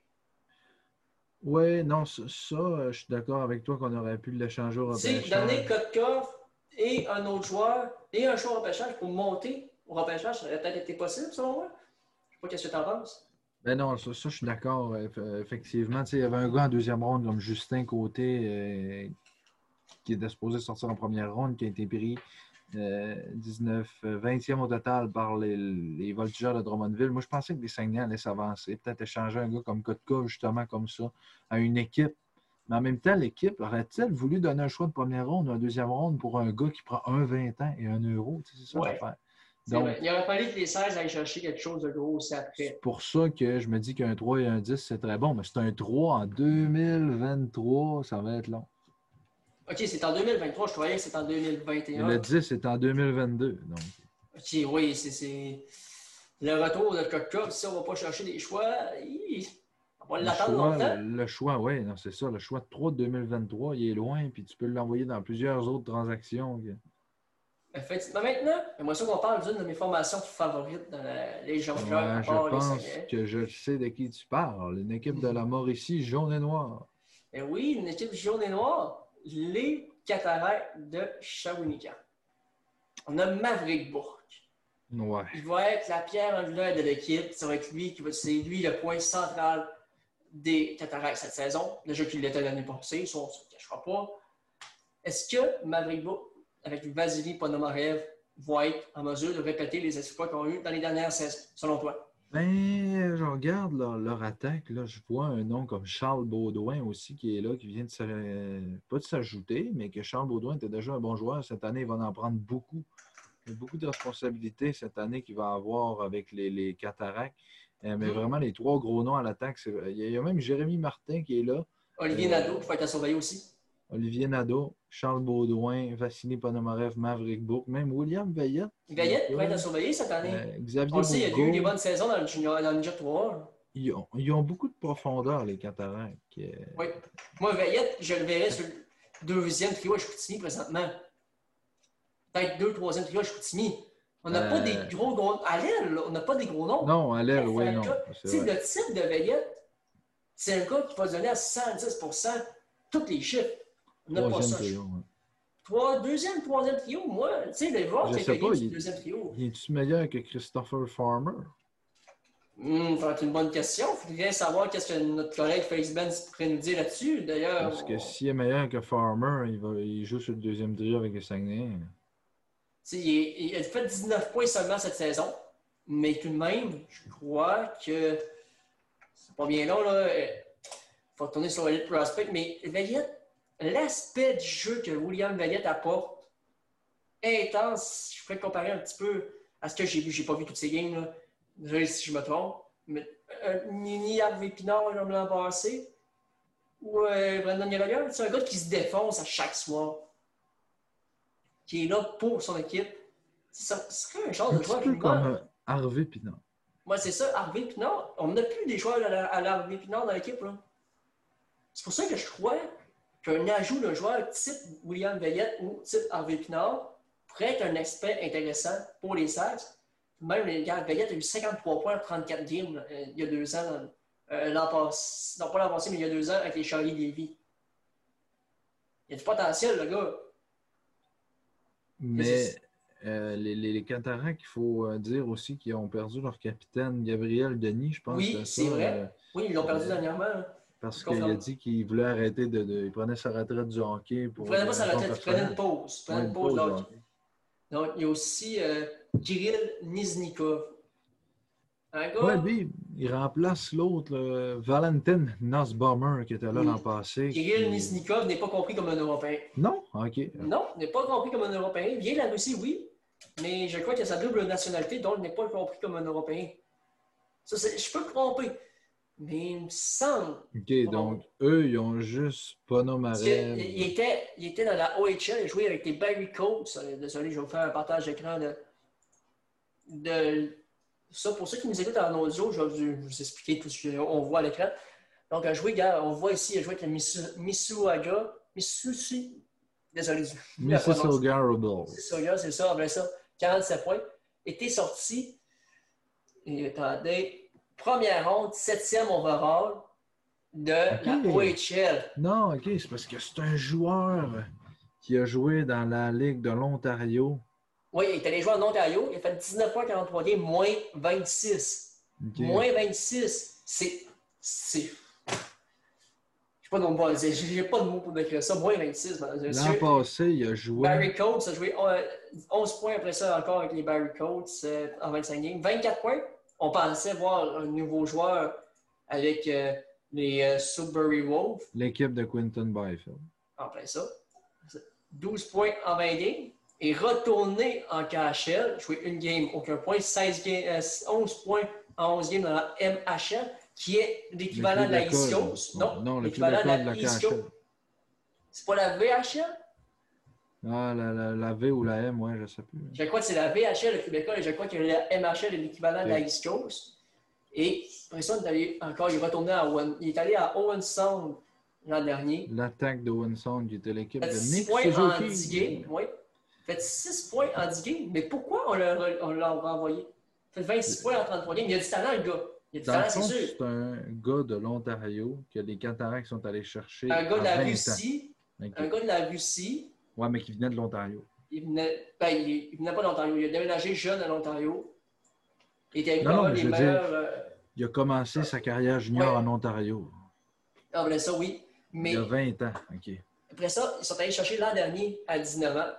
Oui, non, ça, ça, je suis d'accord avec toi qu'on aurait pu l'échanger au repêchage. Tu sais, donner Kotkov et un autre joueur et un choix au repêchage pour monter au repêchage, ça aurait peut-être été possible, selon moi. Je ne sais pas qu'est-ce que tu en penses. Ben non, ça, ça je suis d'accord. Effectivement, il y avait un gars en deuxième ronde comme Justin Côté euh, qui était supposé sortir en première ronde, qui a été pris euh, dix-neuf, vingtième au total par les, les Voltigeurs de Drummondville. Moi, je pensais que les Saguenay allaient s'avancer. Peut-être échanger un gars comme Kotkov, justement, comme ça, à une équipe. Mais en même temps, l'équipe aurait-elle voulu donner un choix de première ronde ou un deuxième ronde pour un gars qui prend un vingt ans et un euro? C'est ça ouais. l'affaire. Donc, il aurait fallu que les seize aillent chercher quelque chose de gros aussi après. C'est pour ça que je me dis qu'un trois et un dix, c'est très bon. Mais c'est un trois en deux mille vingt-trois, ça va être long. OK, c'est en deux mille vingt-trois. Je croyais que c'était en deux mille vingt et un. Et le dix, c'est en deux mille vingt-deux. Donc. OK, oui, c'est le retour de Kotkov. Si on ne va pas chercher des choix, on va l'attendre longtemps. Le, le choix, oui, c'est ça. Le choix de trois de deux mille vingt-trois, il est loin, puis tu peux l'envoyer dans plusieurs autres transactions. Effectivement, maintenant, j'aimerais ça qu'on parle d'une de mes formations favorites dans la Légion de ouais, je pense que je sais de qui tu parles. Une équipe de la Mauricie jaune et noire. Et oui, une équipe jaune et noire. Les Cataractes de Shawinigan. On a Maverick Bourque. Ouais. Il va être la pierre angulaire de l'équipe. Ça va être lui qui va c'est lui le point central des Cataractes cette saison. Déjà qu'il l'était l'année passée, ça on ne se cachera pas. Est-ce que Maverick Bourque avec Vasily Ponomarev, vont être en mesure de répéter les exploits qu'on a eu dans les dernières saisons, selon toi? Ben, je regarde leur, leur attaque. Là, je vois un nom comme Charles Baudouin aussi qui est là, qui vient de euh, pas de s'ajouter, mais que Charles Baudouin était déjà un bon joueur. Cette année, il va en prendre beaucoup. Il y a beaucoup de responsabilités cette année qu'il va avoir avec les, les Cataractes. Euh, mais mmh. vraiment, les trois gros noms à l'attaque, c'est... il y a même Jérémy Martin qui est là. Olivier euh, Nadeau qui va être à surveiller aussi. Olivier Nadeau, Charles Baudouin, Vassili Ponomarev, Maverick Bourque, même William Veillette. Veillette va être à surveiller cette année. Euh, Xavier On le sait, il y a eu des bonnes saisons dans le junior, dans le J trois. Ils ont, ils ont beaucoup de profondeur, les Cataractes. Euh... Oui. Moi, Veillette, je le verrais sur le deuxième trio à Chicoutimi présentement. Peut-être deux, troisième trio à Chicoutimi. On n'a euh... pas des gros noms. À l'aile, on n'a pas des gros noms. Non, à l'aile, oui, non. C'est le type de Veillette, c'est un gars qui va donner à soixante-dix pour cent tous les chiffres. On n'a pas ça. Trio, ouais. Trois, deuxième, troisième trio, moi, tu sais, les joueurs qui ont gagné du deuxième trio. Il est-tu meilleur que Christopher Farmer? Hum, ça va être une bonne question. Il faudrait savoir qu'est-ce que notre collègue Facebook pourrait nous dire là-dessus. D'ailleurs. Parce que s'il est meilleur que Farmer, il, va, il joue sur le deuxième trio avec les Saguenay. Il, il a fait dix-neuf points seulement cette saison. Mais tout de même, je crois que c'est pas bien long, là. Il faut retourner sur Elite Prospect, mais Veillette, l'aspect du jeu que William Veillette apporte est intense. Je pourrais comparer un petit peu à ce que j'ai vu. J'ai pas vu toutes ces games, là. Désolé si je me trompe. Mais euh, ni Harvey Pinard l'an passé ou euh, Brandon Gallagher, c'est un gars qui se défonce à chaque soir. Qui est là pour son équipe. Ça serait un genre un de joueur qui comme euh, Harvey Pinard. Moi, c'est ça, Harvey Pinard. On n'a plus des joueurs à l'Harvey Pinard dans l'équipe. Là. C'est pour ça que je crois qu'un ajout d'un joueur type William Veillette ou type Harvey Pinard pourrait être un aspect intéressant pour les Sags. Même les gars, Veillette a eu cinquante-trois points en trente-quatre games euh, il y a deux ans, euh, l'an passé, non pas l'an passé, mais il y a deux ans avec les Charlie Lévy. Il a du potentiel, le gars. Mais euh, les, les, les Cataractes, il faut euh, dire aussi qu'ils ont perdu leur capitaine Gabriel Denis, je pense. Oui, c'est vrai. Euh, oui, ils l'ont perdu euh, dernièrement. Hein. Parce qu'il a dit qu'il voulait arrêter de, de. Il prenait sa retraite du hockey. Pour il prenait pas sa retraite, il prenait une pause. Il prenait ouais, une pause, pause hockey. Donc, il y a aussi euh, Kirill Niznikov. Un gars. Oui, lui, il remplace l'autre, Valentin Nussbaumer, qui était là oui. l'an passé. Kirill qui... Niznikov n'est pas compris comme un Européen. Non? OK. Non, n'est pas compris comme un Européen. Il vient de la Russie, oui, mais je crois qu'il a sa double nationalité, donc il n'est pas compris comme un Européen. Ça, je peux me tromper, mais il me semble. OK, donc eux, ils ont juste Ponomarev. Il était, il était dans la O H L, il a joué avec les Barrie Colts. Désolé, je vais vous faire un partage d'écran de, de ça. Pour ceux qui nous écoutent en audio, je vais vous, vous expliquer tout ce qu'on voit à l'écran. Donc, il a joué, gars, on voit ici, il a joué avec le Misuaga. Misusi. Désolé. Mississauga Rebels. Mississauga, c'est ça, après ça, quarante-sept points. Était sorti, et attendez, première ronde, septième overall de okay. la O H L. Non, OK, c'est parce que c'est un joueur qui a joué dans la Ligue de l'Ontario. Oui, il est allé jouer en Ontario, il a fait dix-neuf points, quarante-trois games, moins vingt-six. Okay. Moins vingt-six, c'est... c'est... Je n'ai pas, pas de mots pour décrire ça. Moins vingt-six. L'an passé, il a joué. Barrie Colts a joué onze points après ça encore avec les Barrie Colts euh, en vingt-cinq games. vingt-quatre points. On pensait voir un nouveau joueur avec euh, les euh, Sudbury Wolves. L'équipe de Quinton Byfield. En plein ça. douze points en vingt games. Et retourné en K H L. Joué une game, aucun point. seize games, euh, onze points en onze games dans la M H L. Qui est l'équivalent de la East Coast. Non, non l'équivalent de la, de la East Coast. C'est pas la V H L? Ah, la, la, la V ou la M, ouais, je sais plus. Je crois que c'est la V H L, le Québécois, et je crois que la M H L est l'équivalent okay. de la East Coast. Et après ça, il est encore, il est retourné à Owen, il est allé à Owen Sound l'an dernier. L'attaque de Owen Sound, qui était l'équipe de six Nick points Suzuki. en dix games, oui. Fait six points en dix games, mais pourquoi on l'a, on l'a renvoyé? Fait vingt-six points en trente-trois games, il y a du talent, le gars. Dans le fond, c'est un gars de l'Ontario que les Cataractes sont allés chercher. Un gars de la Russie. Okay. Un gars de la Russie. Ouais, mais qui venait de l'Ontario. Il venait, ben, il, il venait pas de l'Ontario. Il a déménagé jeune à l'Ontario. Il était non, non, les je meilleurs. Dire, euh... Il a commencé sa carrière junior ouais. en Ontario. Ah, ben ça, oui. Mais, il y a vingt ans. OK. Après ça, ils sont allés chercher l'an dernier à dix-neuf ans.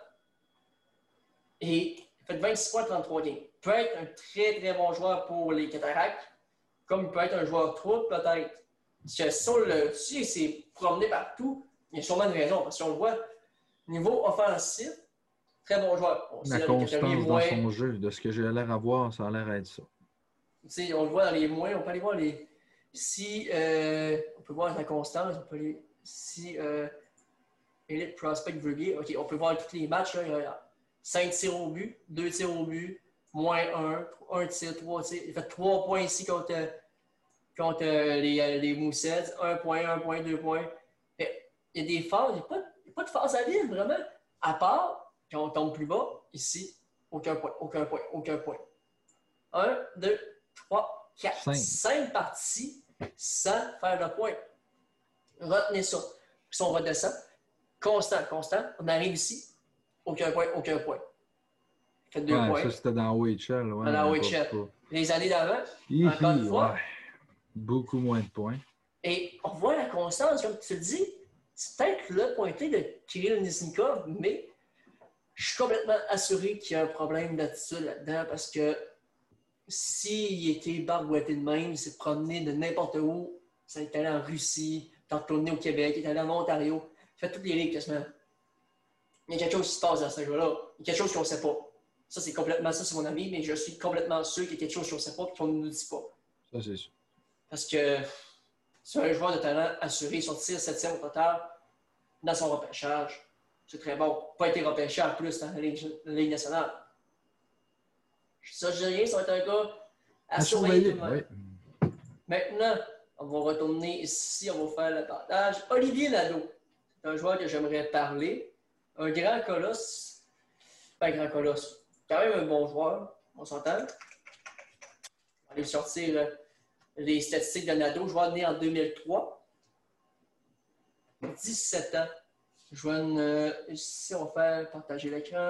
Et il fait vingt-six points, trente-trois games. Il peut être un très, très bon joueur pour les Cataractes. Comme il peut être un joueur trois, peut-être. Parce que si on le si s'est promené partout, il y a sûrement une raison. Parce que si on le voit, niveau offensif, très bon joueur. On la constance dans moins... son jeu, de ce que j'ai l'air à voir, ça a l'air d'être ça. T'sais, on le voit dans les moins, on peut aller voir les... Si, euh, on peut voir la constance, on peut aller... Si, euh, Elite Prospect Verbier, OK, on peut voir tous les matchs, là, cinq tirs au but, deux tirs au but, moins un, un tir, trois tirs. Il fait trois points ici contre, contre les, les Moussets. un point, un point, deux points. Mais il y a des phases, il n'y a, a pas de phase à vide, vraiment. À part, quand on tombe plus bas, ici, aucun point, aucun point, aucun point. un, deux, trois, quatre, cinq. cinq parties sans faire de point. Retenez ça. Puis si on redescend, constant, constant, on arrive ici, aucun point, aucun point. Fait deux ouais, points. Ça, c'était dans O H L. Ouais, dans la O H L. Les années d'avant, Hi, encore une fois. Ouais. Beaucoup moins de points. Et on voit la constance, comme tu le dis. C'est peut-être le pointé de Kirill Niznikov, mais je suis complètement assuré qu'il y a un problème d'attitude là-dedans parce que s'il était barbouetté de même, il s'est promené de n'importe où, ça est allé en Russie, il est retourné au Québec, il est allé en Ontario, il fait toutes les ligues quasiment. Il y a quelque chose qui se passe dans ce gars-là. Il y a quelque chose qu'on ne sait pas. Ça, c'est complètement ça, c'est mon avis, mais je suis complètement sûr qu'il y a quelque chose qu'on ne sait pas et qu'on ne nous dit pas. Ça, c'est sûr. Parce que c'est un joueur de talent assuré, sortir septième au total dans son repêchage. C'est très bon. Pas été repêché en plus dans la Ligue, la Ligue nationale. Ça, je dis rien, ça va être un gars à surveiller. Oui. Maintenant, on va retourner ici, on va faire le partage. Olivier Nadeau, c'est un joueur que j'aimerais parler. Un grand colosse. Pas un grand colosse. Quand même un bon joueur, on s'entend. On va aller sortir les statistiques de Nadeau. Joueur né en deux mille trois. dix-sept ans. Je vais une, euh, ici, on va faire partager l'écran.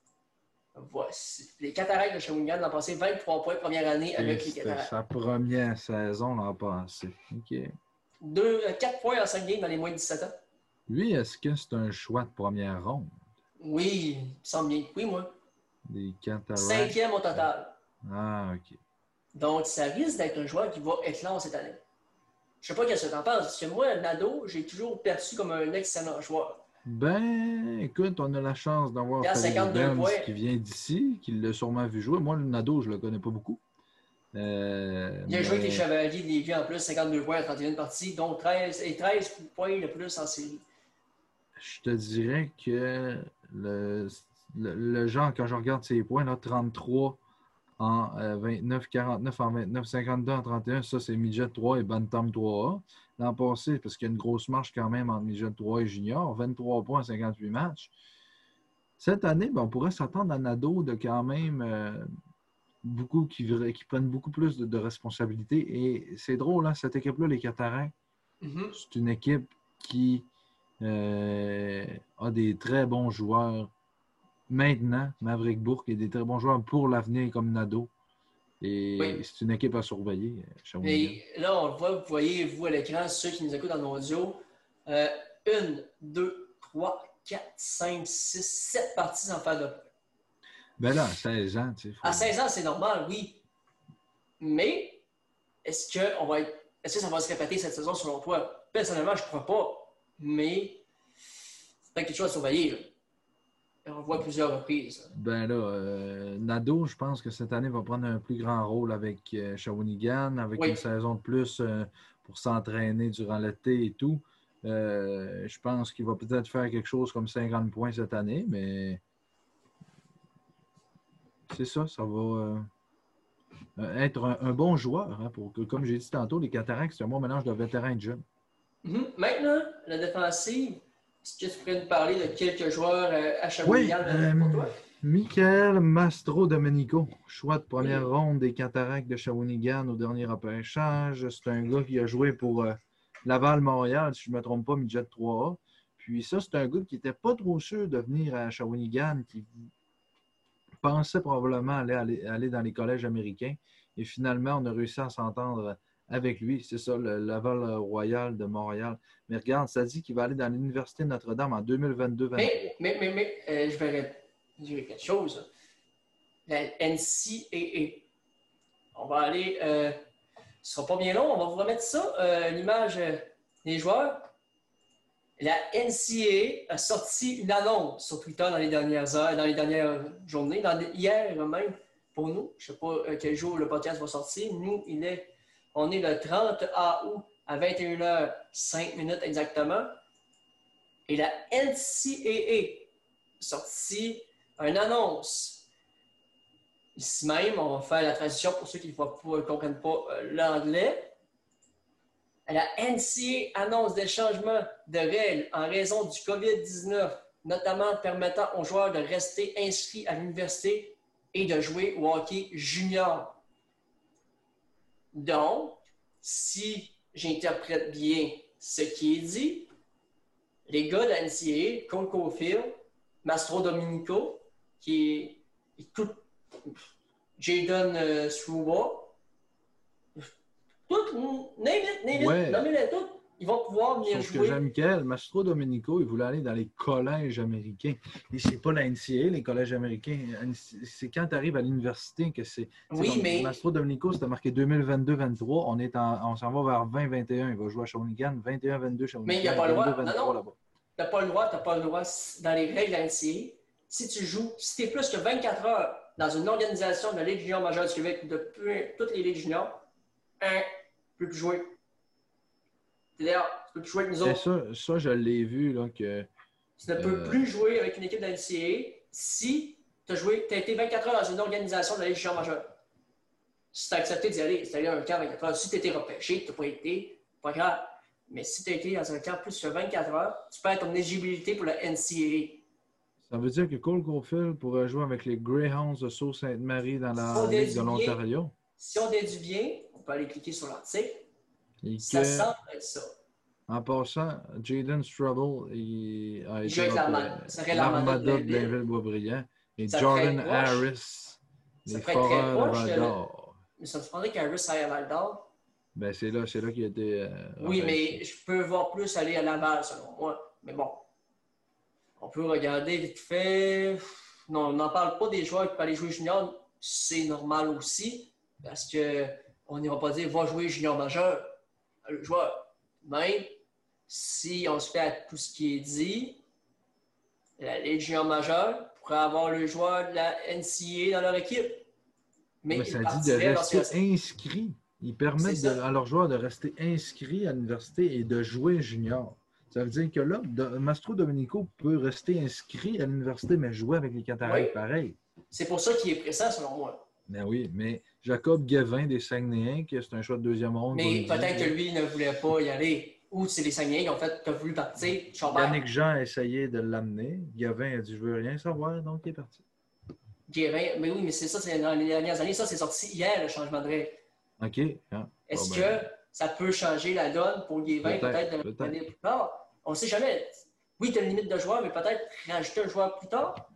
Voici. Les Cataractes de Shawinigan ont passé vingt-trois points première année avec les C'était Cataractes. sa première saison l'an passé. OK. Deux, euh, quatre points en cinq games dans les moins de dix-sept ans. Lui, est-ce que c'est un choix de première ronde? Oui, il me semble bien. Oui, moi. Des Cataractes. Cinquième au total. Ah, OK. Donc, ça risque d'être un joueur qui va éclore cette année. Je ne sais pas ce que tu en penses, parce que moi, Nadeau, j'ai toujours perçu comme un excellent joueur. Ben, écoute, on a la chance d'avoir Il a Fabien cinquante-deux Benz points. qui vient d'ici, qui l'a sûrement vu jouer. Moi, le Nadeau, je le connais pas beaucoup. Euh, Il a mais... joué avec les Chevaliers de Lévis en plus, cinquante-deux points à trente et une parties, dont treize, et treize points de plus en série. Je te dirais que le, le, le genre, quand je regarde ses points, là, trente-trois en euh, vingt-neuf, quarante-neuf en vingt-neuf, cinquante-deux en trente et un, ça c'est Midget trois et Bantam trois A. L'an passé, parce qu'il y a une grosse marche quand même entre Midget trois et Junior, vingt-trois points en cinquante-huit matchs. Cette année, ben, on pourrait s'attendre à Nadeau de quand même euh, beaucoup qui, qui prennent beaucoup plus de, de responsabilités. Et c'est drôle, hein, cette équipe-là, les Cataractes, Mm-hmm. c'est une équipe qui euh, a des très bons joueurs maintenant, Maverick Bourque, et des très bons joueurs pour l'avenir comme Nadeau. Et Oui. c'est une équipe à surveiller, Shawinigan. Et là, on le voit, vous voyez, vous à l'écran, ceux qui nous écoutent en audio, euh, une, deux, trois, quatre, cinq, six, sept parties sans faire de points. Ben là, à seize ans, tu sais. Faut... À seize ans, c'est normal, oui. Mais est-ce que, on va être, est-ce que ça va se répéter cette saison selon toi? Personnellement, je ne crois pas. Mais c'est peut-être quelque chose à surveiller. Là. On le voit à plusieurs reprises. Ben là, euh, Nadeau, je pense que cette année va prendre un plus grand rôle avec euh, Shawinigan, avec oui. une saison de plus euh, pour s'entraîner durant l'été et tout. Euh, je pense qu'il va peut-être faire quelque chose comme cinquante points cette année, mais c'est ça, ça va euh, être un, un bon joueur. Hein, pour que, comme j'ai dit tantôt, les Cataractes, c'est un bon mélange de vétérans et de jeunes. Mm-hmm. Maintenant, la défensive, est-ce que tu pourrais nous parler de quelques joueurs euh, à Shawinigan oui, euh, pour toi? Michael Mastro Domenico, choix de première oui. ronde des Cataractes de Shawinigan au dernier repêchage. C'est un gars qui a joué pour euh, Laval-Montréal, si je ne me trompe pas, Midget trois A. Puis ça, c'est un gars qui n'était pas trop sûr de venir à Shawinigan, qui pensait probablement aller, aller, aller dans les collèges américains. Et finalement, on a réussi à s'entendre avec lui. C'est ça, le Laval-Royal de Montréal. Mais regarde, ça dit qu'il va aller dans l'Université de Notre-Dame en deux mille vingt-deux vingt-trois. Mais, mais, mais, mais euh, je vais dire quelque chose. La N C A A. On va aller... Euh, ce ne sera pas bien long. On va vous remettre ça, euh, l'image euh, des joueurs. La N C A A a sorti une annonce sur Twitter dans les dernières heures, dans les dernières journées, dans les, hier même, pour nous. Je ne sais pas euh, quel jour le podcast va sortir. Nous, il est, on est le trente août à vingt et une heures cinq minutes exactement. Et la N C A A a sorti une annonce. Ici même, on va faire la transition pour ceux qui ne comprennent pas euh, l'anglais. La N C A A annonce des changements de règles en raison du covid dix-neuf, notamment permettant aux joueurs de rester inscrits à l'université et de jouer au hockey junior. Donc, si j'interprète bien ce qui est dit, les gars de la N C A A, Cole Caulfield, Mastro Domenico, qui est tout, Jayden euh, Struba, tout, name it, name it, ouais. nommez-les toutes, ils vont pouvoir venir Sauf jouer. que Jean-Michel, Mastro Domenico, il voulait aller dans les collèges américains. Et c'est pas la N C A A, les collèges américains. C'est quand tu arrives à l'université que c'est... Oui, mais... Mastro Domenico, c'était marqué deux mille vingt-deux vingt-trois. On, est en, on s'en va vers vingt vingt et un. Il va jouer à Shawinigan. vingt et un vingt-deux Shawinigan. Mais il n'y a pas le droit. vingt-deux vingt-trois non, non. là-bas. Tu n'as pas le droit, tu n'as pas le droit dans les règles de la N C A A. Si tu joues, si tu es plus que vingt-quatre heures dans une organisation de la Ligue junior majeure du Québec, de toutes les ligues juniors, un, tu ne peux plus jouer. D'ailleurs, tu ne peux plus jouer avec nous autres. Ça, ça, je l'ai vu. Là, que, tu ne peux euh... plus jouer avec une équipe de la N C A A si tu as, joué, tu as été vingt-quatre heures dans une organisation de la Ligue junior majeure. Si tu as accepté d'y aller, c'est allé à un camp vingt-quatre heures. Si tu as été repêché, tu n'as pas été, pas grave. Mais si tu as été dans un camp plus que vingt-quatre heures, tu perds ton éligibilité pour la N C A A. Ça veut dire que Cole Caulfield pourrait jouer avec les Greyhounds de Sault-Sainte-Marie dans la si Ligue de l'Ontario. Si on déduit bien, on peut aller cliquer sur l'article. Et ça que... semble être ça. En passant, Jaden Struble il a Il été joue avec repêché. l'armada. Ça serait l'armada de L'armada de Blainville. Blainville-Boisbriand. Et Ça ferait Jordan proche. Harris, Ça les ferait très Foreurs de proche. Val Le... d'Or. Mais ça me prendrait qu'Harris aille à Val d'Or. Ben, c'est là, c'est là qu'il a été euh, Oui, repêché. mais je peux voir plus aller à Laval, selon moi. Mais bon, on peut regarder vite fait. Non, on n'en parle pas des joueurs qui peuvent aller jouer junior. C'est normal aussi, parce qu'on n'ira pas dire va jouer junior majeur. Le joueur, même si on se fait à tout ce qui est dit, la Ligue junior majeure pourrait avoir le joueur de la N C A A dans leur équipe. Mais, Mais il ça dit de partirait rester lorsqu'il inscrit. Ils permettent de, à leurs joueurs de rester inscrits à l'université et de jouer junior. Ça veut dire que là, Mastro Domenico peut rester inscrit à l'université, mais jouer avec les Cataractes oui. pareil. C'est pour ça qu'il est pressant, selon moi. Ben oui, mais Jacob Guévin des Saguenayens, qui c'est un choix de deuxième ronde. Mais peut-être que lui ne voulait pas y aller. Ou c'est les Saguenayens qui ont fait qui ont voulu partir. Yannick Jean a essayé de l'amener. Guévin a dit je veux rien savoir, donc il est parti. Guérin, mais oui, mais c'est ça, c'est dans les dernières années, ça c'est sorti hier le changement de règle. OK. Ah, Est-ce bon, ben... que ça peut changer la donne pour Guévin peut-être peut l'année plus tard? On ne sait jamais. Oui, tu as une limite de joueurs, mais peut-être rajouter un joueur plus tard.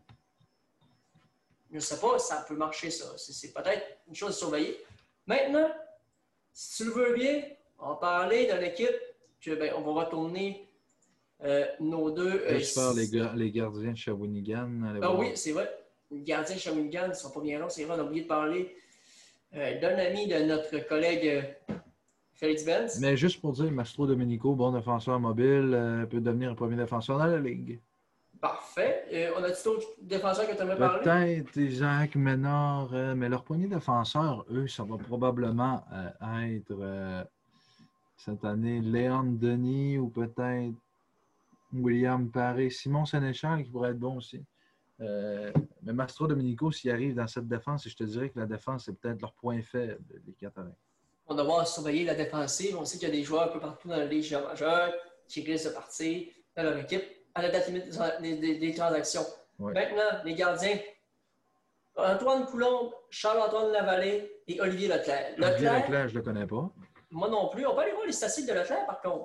Je ne sais pas, ça peut marcher, ça. C'est peut-être une chose à surveiller. Maintenant, si tu le veux bien, on va parler de l'équipe que, ben, on va retourner euh, nos deux. Euh, faire les, les gardiens de Shawinigan. Ah oui, c'est vrai. Les gardiens de Shawinigan ne sont pas bien longs. C'est vrai, on a oublié de parler euh, d'un ami de notre collègue euh, Félix Benz. Mais juste pour dire, Mastro Domenico, bon défenseur mobile, euh, peut devenir un premier défenseur dans la Ligue. Parfait. Euh, on a-t-il d'autres défenseurs que tu aimerais parler? Peut-être Isaac Ménard, euh, mais leur premier défenseur, eux, ça va probablement euh, être euh, cette année Léon Denis ou peut-être William Paré, Simon Sénéchal qui pourrait être bon aussi. Euh, mais Mastro Domenico, s'il arrive dans cette défense, je te dirais que la défense, c'est peut-être leur point faible, les Cataractes. On doit devoir surveiller la défensive. On sait qu'il y a des joueurs un peu partout dans la Ligue majeure qui risquent de partir dans leur équipe à la date limite des, des, des transactions. Ouais. Maintenant, les gardiens, Antoine Coulombe, Charles-Antoine Lavallée et Olivier Leclerc. Leclerc, Olivier Leclerc, je ne le connais pas. Moi non plus. On peut aller voir les statistiques de Leclerc, par contre.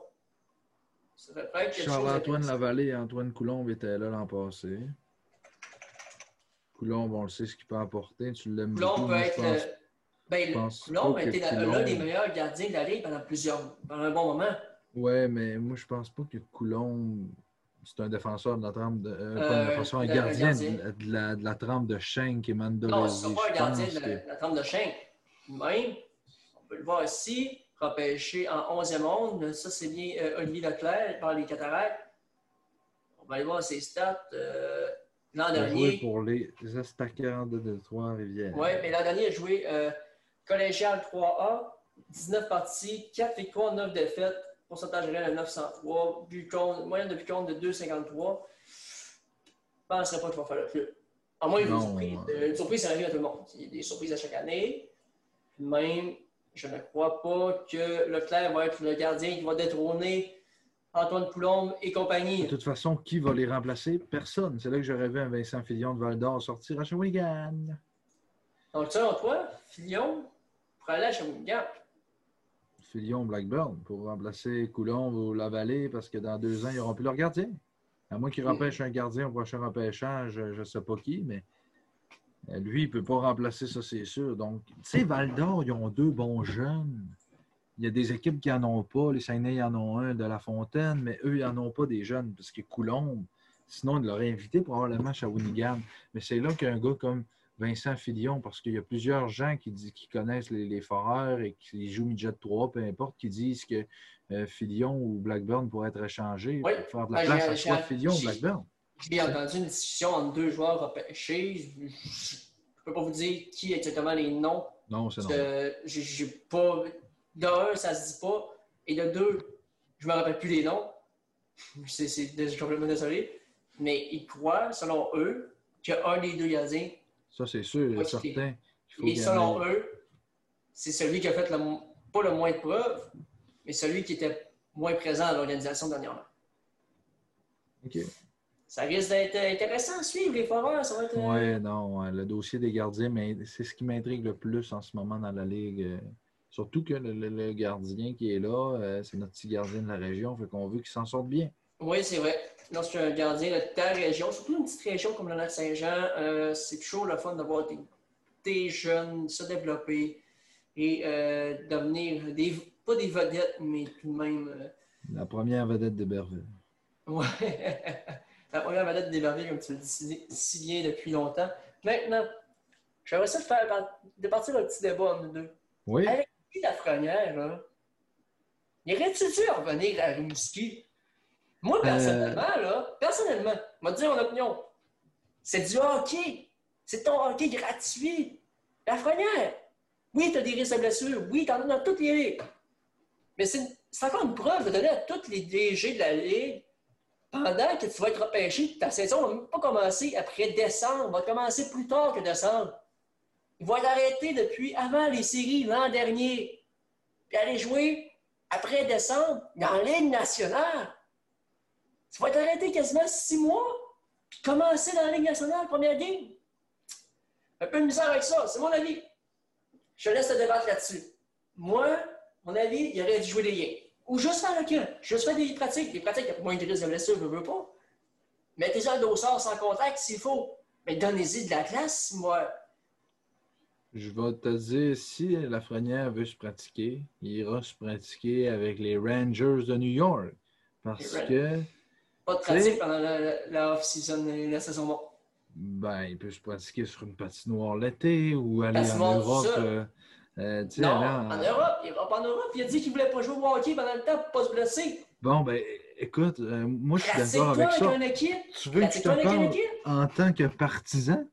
Charles-Antoine Lavallée et Antoine Coulombe étaient là l'an passé. Coulombe, on le sait ce qu'il peut apporter. Tu l'aimes beaucoup. Coulombe peut être... Le... Ben, Coulombe a été l'un des meilleurs gardiens de la Ligue pendant plusieurs... pendant un bon moment. Ouais, mais moi, je pense pas que Coulombe... C'est un défenseur de la trempe de. Euh, euh, pas un défenseur, un gardien, gardien. De, de, la, de la trempe de Schenk et Mandolesi. Non, ce n'est pas un gardien de la, que... la trempe de Schenk. Même, on peut le voir ici, repêché en onzième ronde. Ça, c'est bien euh, Olivier Leclerc par les Cataractes. On va aller voir ses stats. Euh, l'an dernier. Joué pour les Estaqueurs de Trois-Rivières. Oui, mais l'an dernier, il a joué euh, collégial trois A, dix-neuf parties, quatre victoires, neuf défaites. Pourcentage réel de neuf cent trois, but contre, moyenne de but contre de deux virgule cinquante-trois. Je ne penserais pas qu'il va faire le club. À moins, il y a une surprise. Euh, une surprise, ça arrive à tout le monde. Il y a des surprises à chaque année. Même, je ne crois pas que Leclerc va être le gardien qui va détrôner Antoine Coulombe et compagnie. De toute façon, qui va les remplacer? Personne. C'est là que j'aurais vu un Vincent Filion de Val-d'Or sortir à Shawinigan. Donc, selon toi, Filion pourrait aller à Shawinigan. Filion Blackburn pour remplacer Coulombe ou Lavallée parce que dans deux ans, ils n'auront plus leur gardien. À moins qu'ils repêchent un gardien au prochain repêchage, je ne sais pas qui, mais lui, il ne peut pas remplacer ça, c'est sûr. Donc, tu sais, Val-d'Or, ils ont deux bons jeunes. Il y a des équipes qui n'en ont pas. Les Saguenay en ont un de La Fontaine, mais eux, ils n'en ont pas des jeunes parce que Coulombe, sinon, ils l'auraient invité probablement à Shawinigan. Mais c'est là qu'un gars comme Vincent Filion, parce qu'il y a plusieurs gens qui, disent, qui connaissent les, les foreurs et qui jouent midget trois, peu importe, qui disent que euh, Filion ou Blackburn pourraient être échangés oui. pour faire de la ben, place à soit Filion ou Blackburn. J'ai entendu une discussion entre deux joueurs repêchés. Je ne peux pas vous dire qui exactement les noms. Non, c'est non. J'ai pas... De un, ça ne se dit pas. Et de deux, je ne me rappelle plus les noms. C'est, c'est, je suis complètement désolé. Mais ils croient, selon eux, qu'un des deux gardiens. Ça, c'est sûr, il y a certains. Et selon eux, c'est celui qui a fait le, pas le moins de preuves, mais celui qui était moins présent à l'organisation dernièrement. OK. Ça risque d'être intéressant à suivre, les foreurs. Ça va être... Oui, non, le dossier des gardiens, mais c'est ce qui m'intrigue le plus en ce moment dans la Ligue. Surtout que le, le- le gardien qui est là, euh, c'est notre petit gardien de la région, fait qu'on veut qu'il s'en sorte bien. Oui, c'est vrai. Lorsque un gardien de ta région, surtout une petite région comme le Lac-Saint-Jean, euh, c'est toujours le fun d'avoir des, des jeunes se développer et euh, devenir des, pas des vedettes, mais tout de même. euh, La première vedette d'Héberville. Ouais. La première vedette d'Héberville, comme tu le dis si, si bien depuis longtemps. Maintenant, j'aimerais ça de faire par- de partir un petit débat entre nous deux. Oui. Avec qui Lafrenière, là, il aurait-tu dû revenir à Rimouski? Moi, Euh, personnellement, là, personnellement, je vais te dire mon opinion. C'est du hockey. C'est ton hockey gratuit. Lafrenière, oui, tu as des risques de blessure. Oui, tu en as dans toutes les ligues. Mais c'est, c'est encore une preuve de donner à tous les D G de la Ligue pendant que tu vas être repêché. Ta saison ne va même pas commencer après décembre. Elle va commencer plus tard que décembre. Ils vont être arrêtés depuis avant les séries l'an dernier. Puis aller jouer après décembre dans la Ligue nationale. Tu vas être arrêté quasiment six mois. Puis commencer dans la Ligue nationale, première game. Un peu de misère avec ça, c'est mon avis. Je te laisse te débattre là-dessus. Moi, mon avis, il aurait dû jouer des games. Ou juste faire le camp. Juste faire des pratiques. Des pratiques, il y a moins de risques de blessure, je veux pas. Mettez-en un dossard sans contact s'il faut. Mais donnez-y de la glace, moi. je vais te dire, si Lafrenière veut se pratiquer, il ira se pratiquer avec les Rangers de New York. Parce que, Pas de tu pratique sais, pendant la, la, la off-season, la saison morte. ben, il peut se pratiquer sur une patinoire l'été ou aller en Patinoire tout Europe. seul. Euh, euh, tu sais, aller Non, en en... Europe. Il va pas en Europe. Il a dit qu'il voulait pas jouer au hockey pendant le temps pour pas se blesser. Bon, ben, écoute, euh, moi, je suis d'accord Pratique-toi avec avec ça. une équipe. Tu veux que je te Pratique-toi avec une parle équipe. en tant que partisan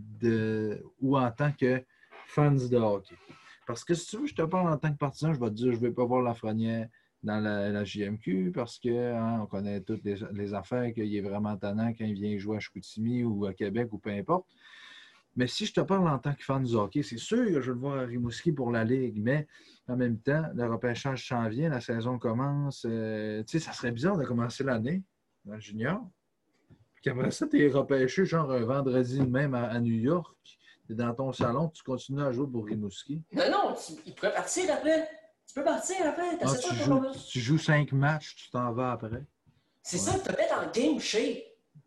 de... ou en tant que fans de hockey? Parce que si tu veux que je te parle en tant que partisan, je vais te dire, je ne vais pas voir Lafrenière dans la, la J M Q parce que hein, on connaît toutes les, les affaires, qu'il est vraiment tannant quand il vient jouer à Chicoutimi ou à Québec ou peu importe. Mais si je te parle en tant que fan du hockey, c'est sûr que je vais le voir à Rimouski pour la Ligue, mais en même temps, le repêchage s'en vient, la saison commence. Euh, tu sais, ça serait bizarre de commencer l'année dans le junior. Puis après ça, tu es repêché genre un vendredi même à, à New York. Tu es dans ton salon, tu continues à jouer pour Rimouski. Non, non, tu, il pourrait partir après. Tu peux partir après. Ah, T'as tu ça pour joues, comment? tu joues cinq matchs, tu t'en vas après. C'est Ouais. ça, te mettre en game shape.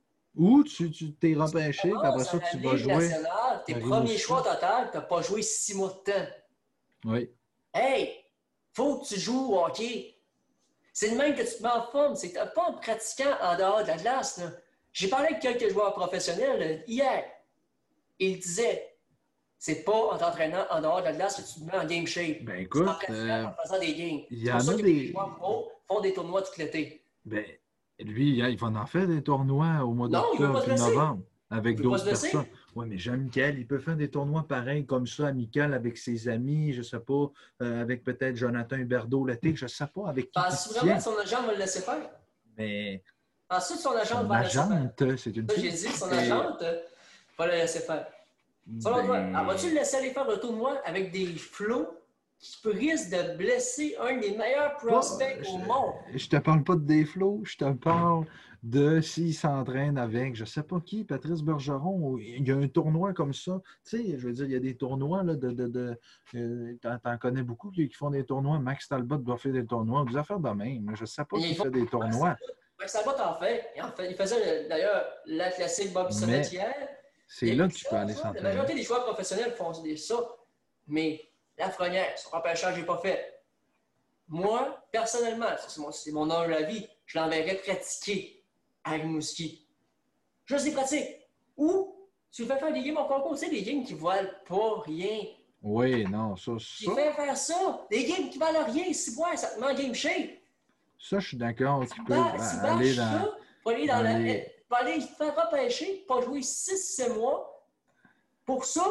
Ou tu tu t'es Tu repêché, puis après commences à ça, la tu vas Ligue jouer nationale, tes à premiers Rimouski. choix total, t'as pas joué six mois de temps. Oui. Hey, faut que tu joues au hockey. C'est le même que tu te mets en forme. C'est que pas en pratiquant en dehors de la glace. Là. J'ai parlé avec quelques joueurs professionnels là, hier. Ils disaient, c'est pas en t'entraînant en dehors de la glace que tu te mets en game shape. Ben C'est en écoute, pratiquant, euh, en faisant des games. il y C'est pour en ça a que les des. joueurs pro font des tournois tout l'été. Ben, lui, hein, il va en faire des tournois au mois Non, il veut pas d'octobre se puis blesser. novembre Il avec veut pas d'autres se blesser. personnes. Oui, mais Jean-Michel, il peut faire des tournois pareils comme ça, amical avec ses amis, je ne sais pas, euh, avec peut-être Jonathan Huberdeau l'été, je ne sais pas avec qui Penses-tu il vraiment tient. que son agent va le laisser faire? Mais Penses-tu que son agent son va le laisser faire? agente, c'est une Ça, j'ai fille. dit, son Et- agente va le laisser faire. Selon toi, ben, ah, vas-tu le laisser aller faire un tournoi avec des flots qui peut risque de blesser un des meilleurs pas- prospects au monde? je, je te parle pas de des flots, je te parle de s'il s'entraîne avec, je sais pas qui, Patrice Bergeron, ou il y a un tournoi comme ça. Tu sais, je veux dire, il y a des tournois là, de. de, de euh, t'en, t'en connais beaucoup qui, qui font des tournois. Max Talbot doit faire des tournois, des affaires de même. Je sais pas Et qui ils font fait des tournois. Max Talbot en fait. Il, en fait, il faisait d'ailleurs la classique Bob Sonnet Mais hier. c'est Et là puis que tu peux ça, aller ça, la s'entraîner. majorité des joueurs professionnels font ça. Mais Lafrenière, son repêchage n'est pas fait. Moi, personnellement, c'est mon, c'est mon humble avis, je l'enverrais pratiquer à Rimouski. Juste des pratiques. Ou tu le fais faire des games en concours. Tu sais, des games qui valent pas rien. Oui, non, ça, Tu ça, fais faire ça. Des games qui valent rien. Si ouais, ça te met en game shape. ça, je suis d'accord Tu qu'ils peuvent bâches a- aller ça dans, pour aller dans dans la. les. Pour aller te faire repêcher, pas jouer six sept mois. Pour ça,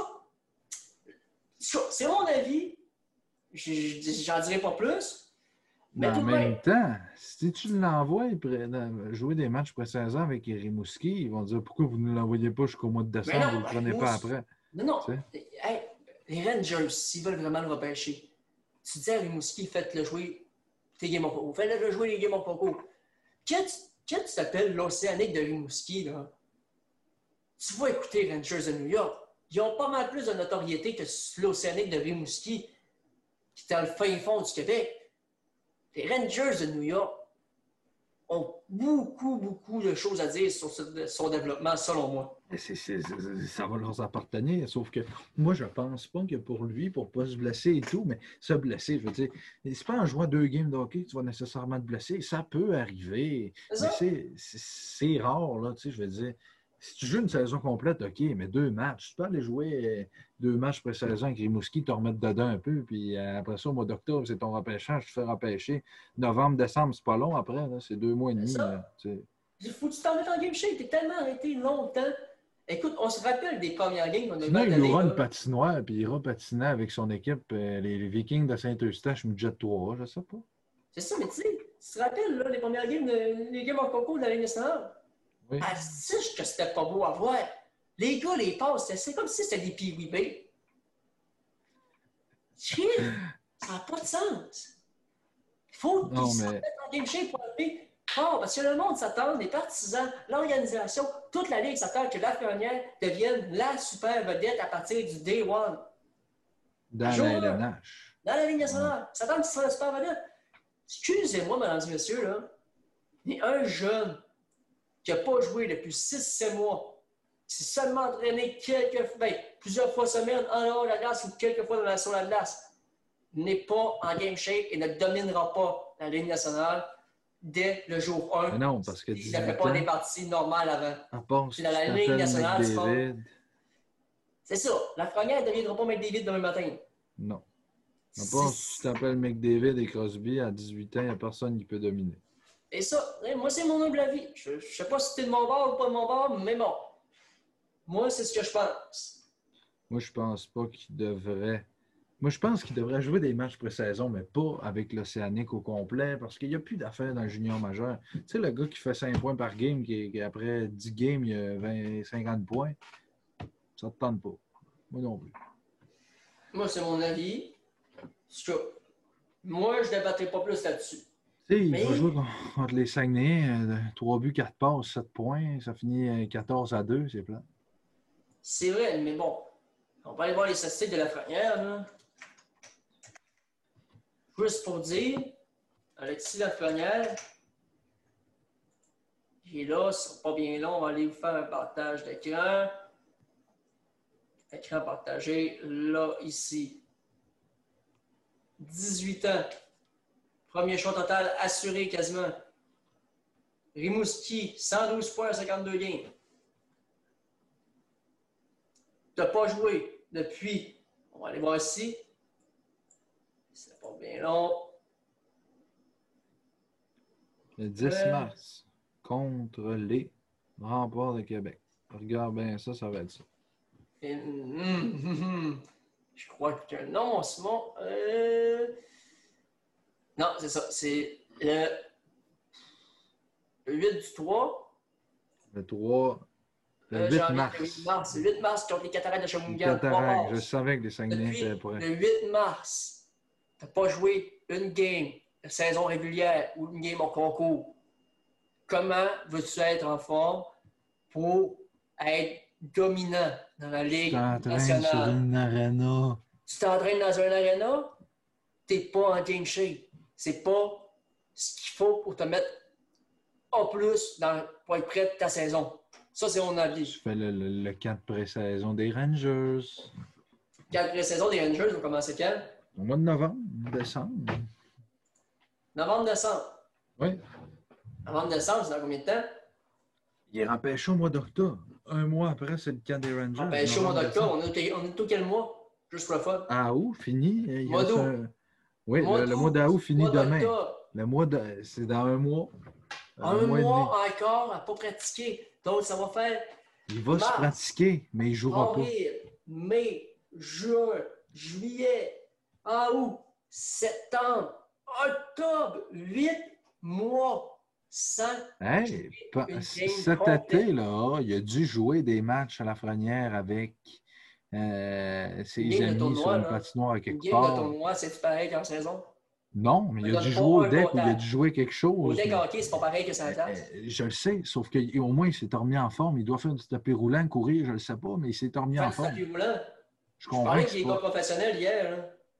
c'est mon avis. Je- je- J'en dirai pas plus. Mais Mais en tout de même même. temps, si tu l'envoies pré- dans- jouer des matchs pré-saison avec Rimouski, ils vont dire pourquoi vous ne l'envoyez pas jusqu'au mois de Mais décembre, non, vous ne le prenez moi, pas après. Non, non. Tu sais? Hey, les Rangers, s'ils veulent vraiment le repêcher, tu dis à Rimouski, faites-le jouer tes games en concours. Faites-le jouer les games en concours. Quand tu quand tu t'appelles l'Océanique de Rimouski, là, tu vas écouter les Rangers de New York. Ils ont pas mal plus de notoriété que l'Océanique de Rimouski. qui est dans le fin fond du Québec. Les Rangers de New York ont beaucoup, beaucoup de choses à dire sur ce, son développement, selon moi. C'est, c'est, c'est, ça va leur appartenir, sauf que moi, je pense pas que pour lui, pour pas se blesser et tout, mais se blesser, je veux dire, c'est pas en jouant deux games de hockey que tu vas nécessairement te blesser. Ça peut arriver, C'est mais ça? c'est, c'est, c'est rare, là, tu sais, je veux dire. Si tu joues une saison complète, OK, mais deux matchs, tu peux aller jouer deux matchs pré-saison avec Rimouski, te remettre dedans un peu, puis après ça, au mois d'octobre, c'est ton repêchage, tu te fais repêcher. Novembre, décembre, c'est pas long après, là, c'est deux mois et demi. Là, il faut que tu t'en mettes en game shape, t'es tellement arrêté longtemps. Écoute, on se rappelle des premières games qu'on a Sinon, eu. il aura une patinoire, puis il ira patiner avec son équipe, euh, les, les Vikings de Saint-Eustache, Midget trois, je sais pas. C'est ça, mais tu sais, tu te rappelles, là, les premières games, de, les games en concours de la Ligue nationale? Oui. Ah, c'est que c'était pas beau à voir. Les gars, les passes, c'est comme si c'était des Pee Wee Bay. Ça n'a pas de sens. Il faut qu'ils mais... se mettent en game shape pour aller. Oh, parce que le monde s'attend, les partisans, l'organisation, toute la Ligue s'attend que Lafrenière devienne la super vedette à partir du day one. Dans la L N H. Dans la Ligue nationale. Ils s'attendent qu'il soit la super vedette. Excusez-moi, mesdames et messieurs, là. Il y a un jeune qui n'a pas joué depuis six sept mois, qui s'est seulement entraîné quelques, ben, plusieurs fois semaine en dehors de la glace ou quelques fois dans la, sur la glace, n'est pas en game shape et ne dominera pas la Ligue nationale dès le jour un. Mais non, parce que il ne fait pas des parties normales avant. À part si dans la Ligue nationale, c'est ça. Lafrenière ne deviendra pas McDavid demain matin. Non. À part si tu t'appelles McDavid et Crosby, à dix-huit ans, il n'y a personne qui peut dominer. Et ça, moi, c'est mon humble avis. Je ne sais pas si tu es de mon bord ou pas de mon bord, mais bon. Moi, c'est ce que je pense. Moi, je pense pas qu'il devrait. Moi, je pense qu'il devrait jouer des matchs pré-saison, mais pas avec l'Océanique au complet, parce qu'il n'y a plus d'affaires dans le junior majeur. Tu sais, le gars qui fait cinq points par game, qui, qui après dix games, il a vingt, cinquante points, ça ne te tente pas. Moi non plus. Moi, c'est mon avis. Moi, je ne débattrai pas plus là-dessus. Tu sais, mais... il va jouer contre les Saguenayens, trois buts, quatre passes, sept points, ça finit quatorze à deux, c'est plat. C'est vrai, mais bon, on va aller voir les statistiques de Lafrenière, là. Juste pour dire, Alexis Lafrenière, il est là, ce sera pas bien long, on va aller vous faire un partage d'écran. Écran partagé, là, ici. dix-huit ans. Premier choix total assuré quasiment. Rimouski, cent douze points, cinquante-deux games. Tu n'as pas joué depuis. On va aller voir ici. C'est pas bien long. Le dix euh... mars, contre les Remparts de Québec. Regarde bien ça, ça va être ça. Et, hum, hum, hum. Je crois que non, Simon. Euh... Non, c'est ça. C'est le... le huit du trois. Le trois. Le euh, huit mars. Le huit mars. Le huit mars contre les Cataractes de Shawinigan. Les Cataractes, je savais que les Saguenay étaient prêts. Le huit mars, tu n'as pas joué une game de saison régulière ou une game en concours. Comment veux-tu être en forme pour être dominant dans la Ligue nationale? Sur une arena. Tu t'entraînes dans un arena, tu n'es pas en game shape. C'est pas ce qu'il faut pour te mettre en plus dans, pour être prêt de ta saison. Ça, c'est mon avis. Tu fais le, le, le camp de pré-saison des Rangers. Le camp de pré-saison des Rangers va commencer quand? Au mois de novembre, décembre. Novembre-décembre. Oui. Novembre-décembre, c'est dans combien de temps? Il est empêché au mois d'octobre. Un mois après, c'est le camp des Rangers. Empêché au mois d'octobre. On est, on est au quel mois? Juste pour le fun. Ah, août, fini. Il mois d'août. Un... Oui, mois le, le mois d'août finit mois demain. Le mois de... C'est dans un mois. Un, un mois, mois encore à ne pas pratiquer. Donc, ça va faire. Il va mars, se pratiquer, mais il ne jouera avril, pas. Mai, juin, juillet, août, septembre, octobre, huit mois sans. Hey, cet été, là, il a dû jouer des matchs à Lafrenière avec euh, ses game amis tournoi, sur une là. patinoire à quelque une game part. De tournoi, c'est pareil qu'en saison? Non, mais il a dû jouer au deck ou il a dû jouer quelque chose. Au deck hockey, c'est pas pareil que ça classe. Je le sais, sauf qu'au moins, il s'est remis en forme. Il doit faire du tapis roulant, courir, je ne le sais pas, mais il s'est remis en forme. Tapis roulant. Je comprends. Je parlais avec les gars professionnels hier. Là.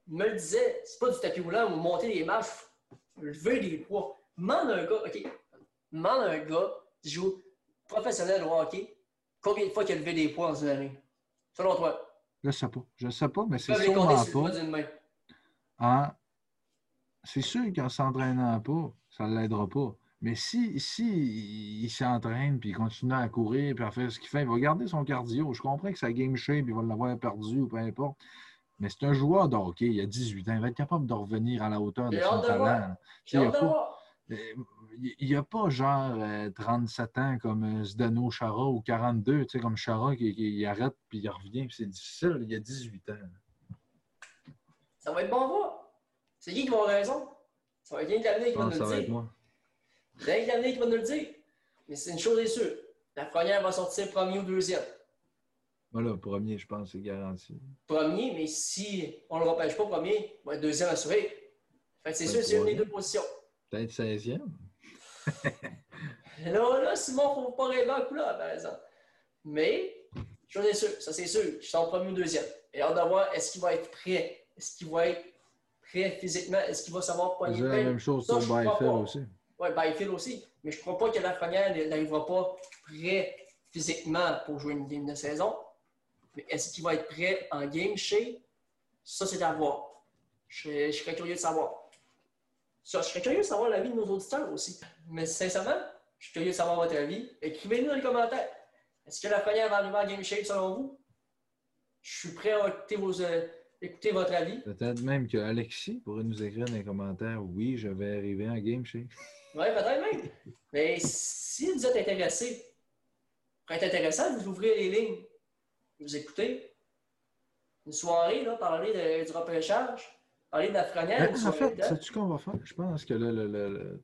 me le disait, c'est pas du tapis roulant ou monter des marches, lever des poids. Demande à un gars, OK, demande à un gars qui joue professionnel au hockey, combien de fois il a levé des poids en une année? Selon toi? Je ne sais pas. Je ne sais pas, mais c'est Peuvent les compter sûrement sur le doigt pas. d'une main. En... C'est sûr qu'en s'entraînant pas, ça ne l'aidera pas. Mais si, si il s'entraîne puis il continue à courir puis à faire ce qu'il fait, il va garder son cardio. Je comprends que sa game shape, il va l'avoir perdu ou peu importe. Mais c'est un joueur de hockey, il a dix-huit ans. Il va être capable de revenir à la hauteur de J'ai son hâte de talent. voir. J'ai Il n'y a, hâte de pas- voir. euh, il y a pas genre euh, trente-sept ans comme euh, Zdeno Chara ou quarante-deux, tu sais, comme Chara qui, qui- il arrête puis il revient. Puis c'est difficile, il a dix-huit ans. Ça va être bon à voir. C'est qui qui va avoir raison? Ça va être rien de l'avenir qui Je va nous pense que le ça va être dire. moi. C'est rien de l'avenir qui va nous le dire. Mais c'est une chose est sûre. La première va sortir premier ou deuxième. Voilà, premier, je pense, c'est garanti. Premier, mais si on ne le repêche pas premier, il va être deuxième assuré. Fait que c'est sûr, c'est une des deux positions. Peut-être seizième. Là, là, Simon, il ne faut pas rêver en couleur, par exemple. Mais, chose est sûre, ça c'est sûr, je suis en premier ou deuxième. Et hâte de voir, est-ce qu'il va être prêt? Est-ce qu'il va être prêt physiquement? Est-ce qu'il va savoir C'est poigner la le même chose Ça, pour je crois Byfield pas. aussi. Oui, Byfield aussi. Mais je ne crois pas que Lafrenière n'arrivera pas prêt physiquement pour jouer une game de saison. Mais est-ce qu'il va être prêt en game shape? Ça, c'est à voir. Je, je serais curieux de savoir. Ça, je serais curieux de savoir l'avis de nos auditeurs aussi. Mais sincèrement, je suis curieux de savoir votre avis. Écrivez-nous dans les commentaires. Est-ce que Lafrenière va arriver en game shape selon vous? Je suis prêt à écouter, vos, euh, écouter votre avis. Peut-être même que Alexis pourrait nous écrire dans les commentaires. Oui, je vais arriver en game shape. Oui, peut-être même. Mais si vous êtes intéressé, ça pourrait être intéressant de vous ouvrir les lignes. Vous écoutez. Une soirée, là, parler de, du repêchage, parler de Lafrenière. Ben, en fait, sais-tu ce qu'on va faire? Je pense que le, le, le, le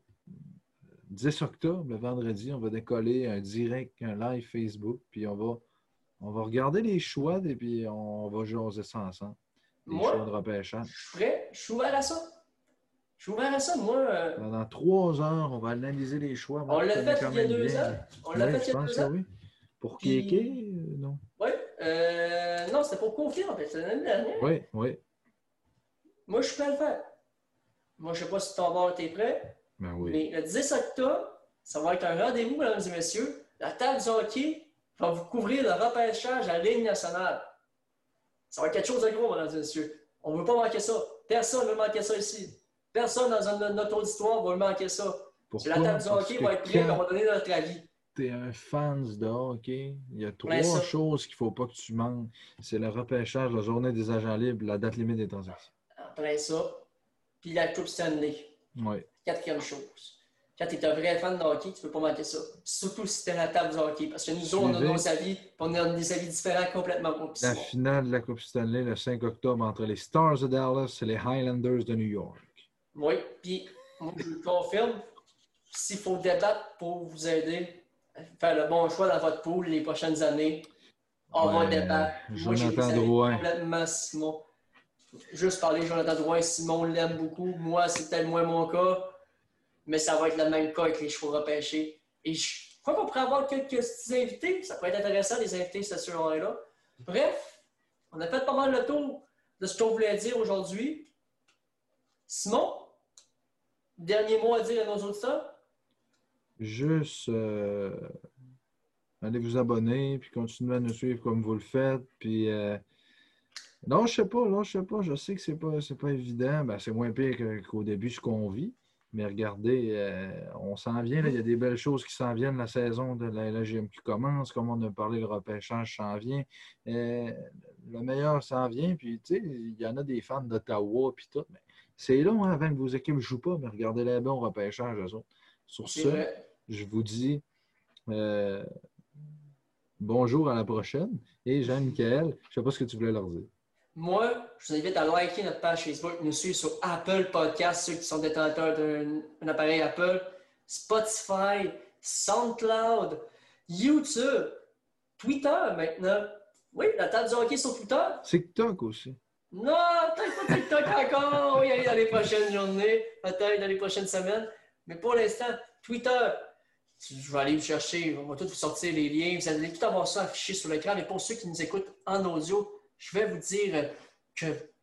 dix octobre, le vendredi, on va décoller un direct, un live Facebook, puis on va, on va regarder les choix et puis on va jaser ça ensemble. Les Moi, choix de repêchage. je suis prêt, je suis ouvert à ça. Je suis ouvert à ça, moi. Euh... Pendant trois heures, on va analyser les choix. On l'a fait il y a deux bien. ans. On l'a oui, fait il y a je pense deux que ans. oui. Pour Puis... Kéké, euh, non? Oui. Euh... Non, c'était pour confier, en fait. C'était l'année dernière. Oui, oui. Moi, je suis prêt à le faire. Moi, je ne sais pas si ton bord était prêt. Ben oui. Mais le dix octobre, ça va être un rendez-vous, mesdames et messieurs. La table du hockey va vous couvrir le repêchage à la Ligue nationale. Ça va être quelque chose de gros, mesdames et messieurs. On ne veut pas manquer ça. Personne ne veut manquer ça ici. Personne dans un, notre auditoire ne veut manquer ça. Pourquoi? La table du Parce hockey que va être prête, quand on va donner notre avis. tu es un fan de hockey, il y a trois Ouais, ça. choses qu'il ne faut pas que tu manques. C'est le repêchage, la journée des agents libres, la date limite des transactions. Après ça, puis la Coupe Stanley. Oui. Quatrième chose. Quand tu es un vrai fan de hockey, tu ne peux pas manquer ça. Surtout si tu es à la table du hockey. Parce que nous autres, on a nos avis, puis on a des avis différents complètement. La finale de la Coupe Stanley le cinq octobre entre les Stars de Dallas et les Highlanders de New York. Oui, puis moi, je le confirme. S'il faut débattre pour vous aider à faire le bon choix dans votre pool les prochaines années, on ouais, va débattre. Moi, j'ai Jonathan Drouin. Complètement Simon. Juste parler de Jonathan Drouin, Simon l'aime beaucoup. Moi, c'est peut-être moins mon cas. Mais ça va être le même cas avec les chevaux repêchés. Et je crois qu'on pourrait avoir quelques invités. Ça pourrait être intéressant, les invités, cette soirée-là. Bref, on a fait pas mal le tour de ce qu'on voulait dire aujourd'hui. Simon, dernier mot à dire à nos auditeurs? Juste, euh, allez vous abonner, puis continuez à nous suivre comme vous le faites. Puis, euh, non, je sais pas, non, je sais pas. Je sais que c'est pas, c'est pas évident. Ben, c'est moins pire qu'au début, ce qu'on vit. Mais regardez, euh, on s'en vient, là, il y a des belles choses qui s'en viennent. La saison de la L G M qui commence, comme on a parlé, le repêchage s'en vient. Euh, le meilleur s'en vient, puis tu sais, il y en a des fans d'Ottawa, puis tout. Mais c'est long hein, avant que vos équipes ne jouent pas, mais regardez les bons repêchages, eux autres. Sur ce, je vous dis euh, bonjour à la prochaine. Et Jean-Michel, je ne sais pas ce que tu voulais leur dire. Moi, je vous invite à liker notre page Facebook, nous suivre sur Apple Podcasts, ceux qui sont détenteurs d'un appareil Apple, Spotify, SoundCloud, YouTube, Twitter maintenant. Oui, la table du hockey sur Twitter. TikTok aussi. Non, peut-être pas TikTok encore. Oui, dans les prochaines journées, peut-être dans les prochaines semaines. Mais pour l'instant, Twitter. Je vais aller vous chercher, on va tout vous sortir les liens. Vous allez tout avoir ça affiché sur l'écran. Mais pour ceux qui nous écoutent en audio, je vais vous dire que,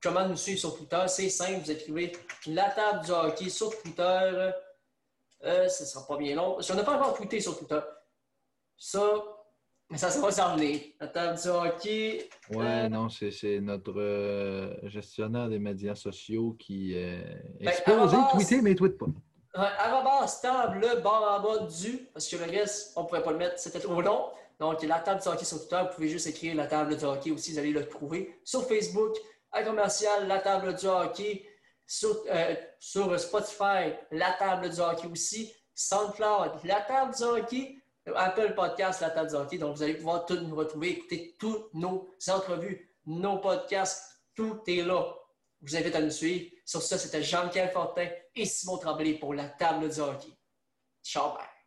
comment nous suivre sur Twitter. C'est simple, vous écrivez la table du hockey sur Twitter. Euh, ce ne sera pas bien long. Si on n'a pas encore tweeté sur Twitter, ça, ça, ça va s'en venir. La table du hockey. Ouais, euh, non, c'est, c'est notre euh, gestionnaire des médias sociaux qui euh, est Ben, supposé arrobas- tweeter, mais il ne tweete pas. Ouais, arrobas table, le barre en bas du, parce que le reste, on ne pouvait pas le mettre, c'était trop long. Donc, la table du hockey sur Twitter, vous pouvez juste écrire la table du hockey aussi, vous allez le trouver. Sur Facebook, à commercial, la table du hockey. Sur, euh, sur Spotify, la table du hockey aussi. SoundCloud, la table du hockey. Apple Podcast, la table du hockey. Donc, vous allez pouvoir tout nous retrouver, écouter toutes nos entrevues, nos podcasts. Tout est là. Je vous invite à nous suivre. Sur ça, c'était Jean-Michel Fortin et Simon Tremblay pour la table du hockey. Ciao, bye.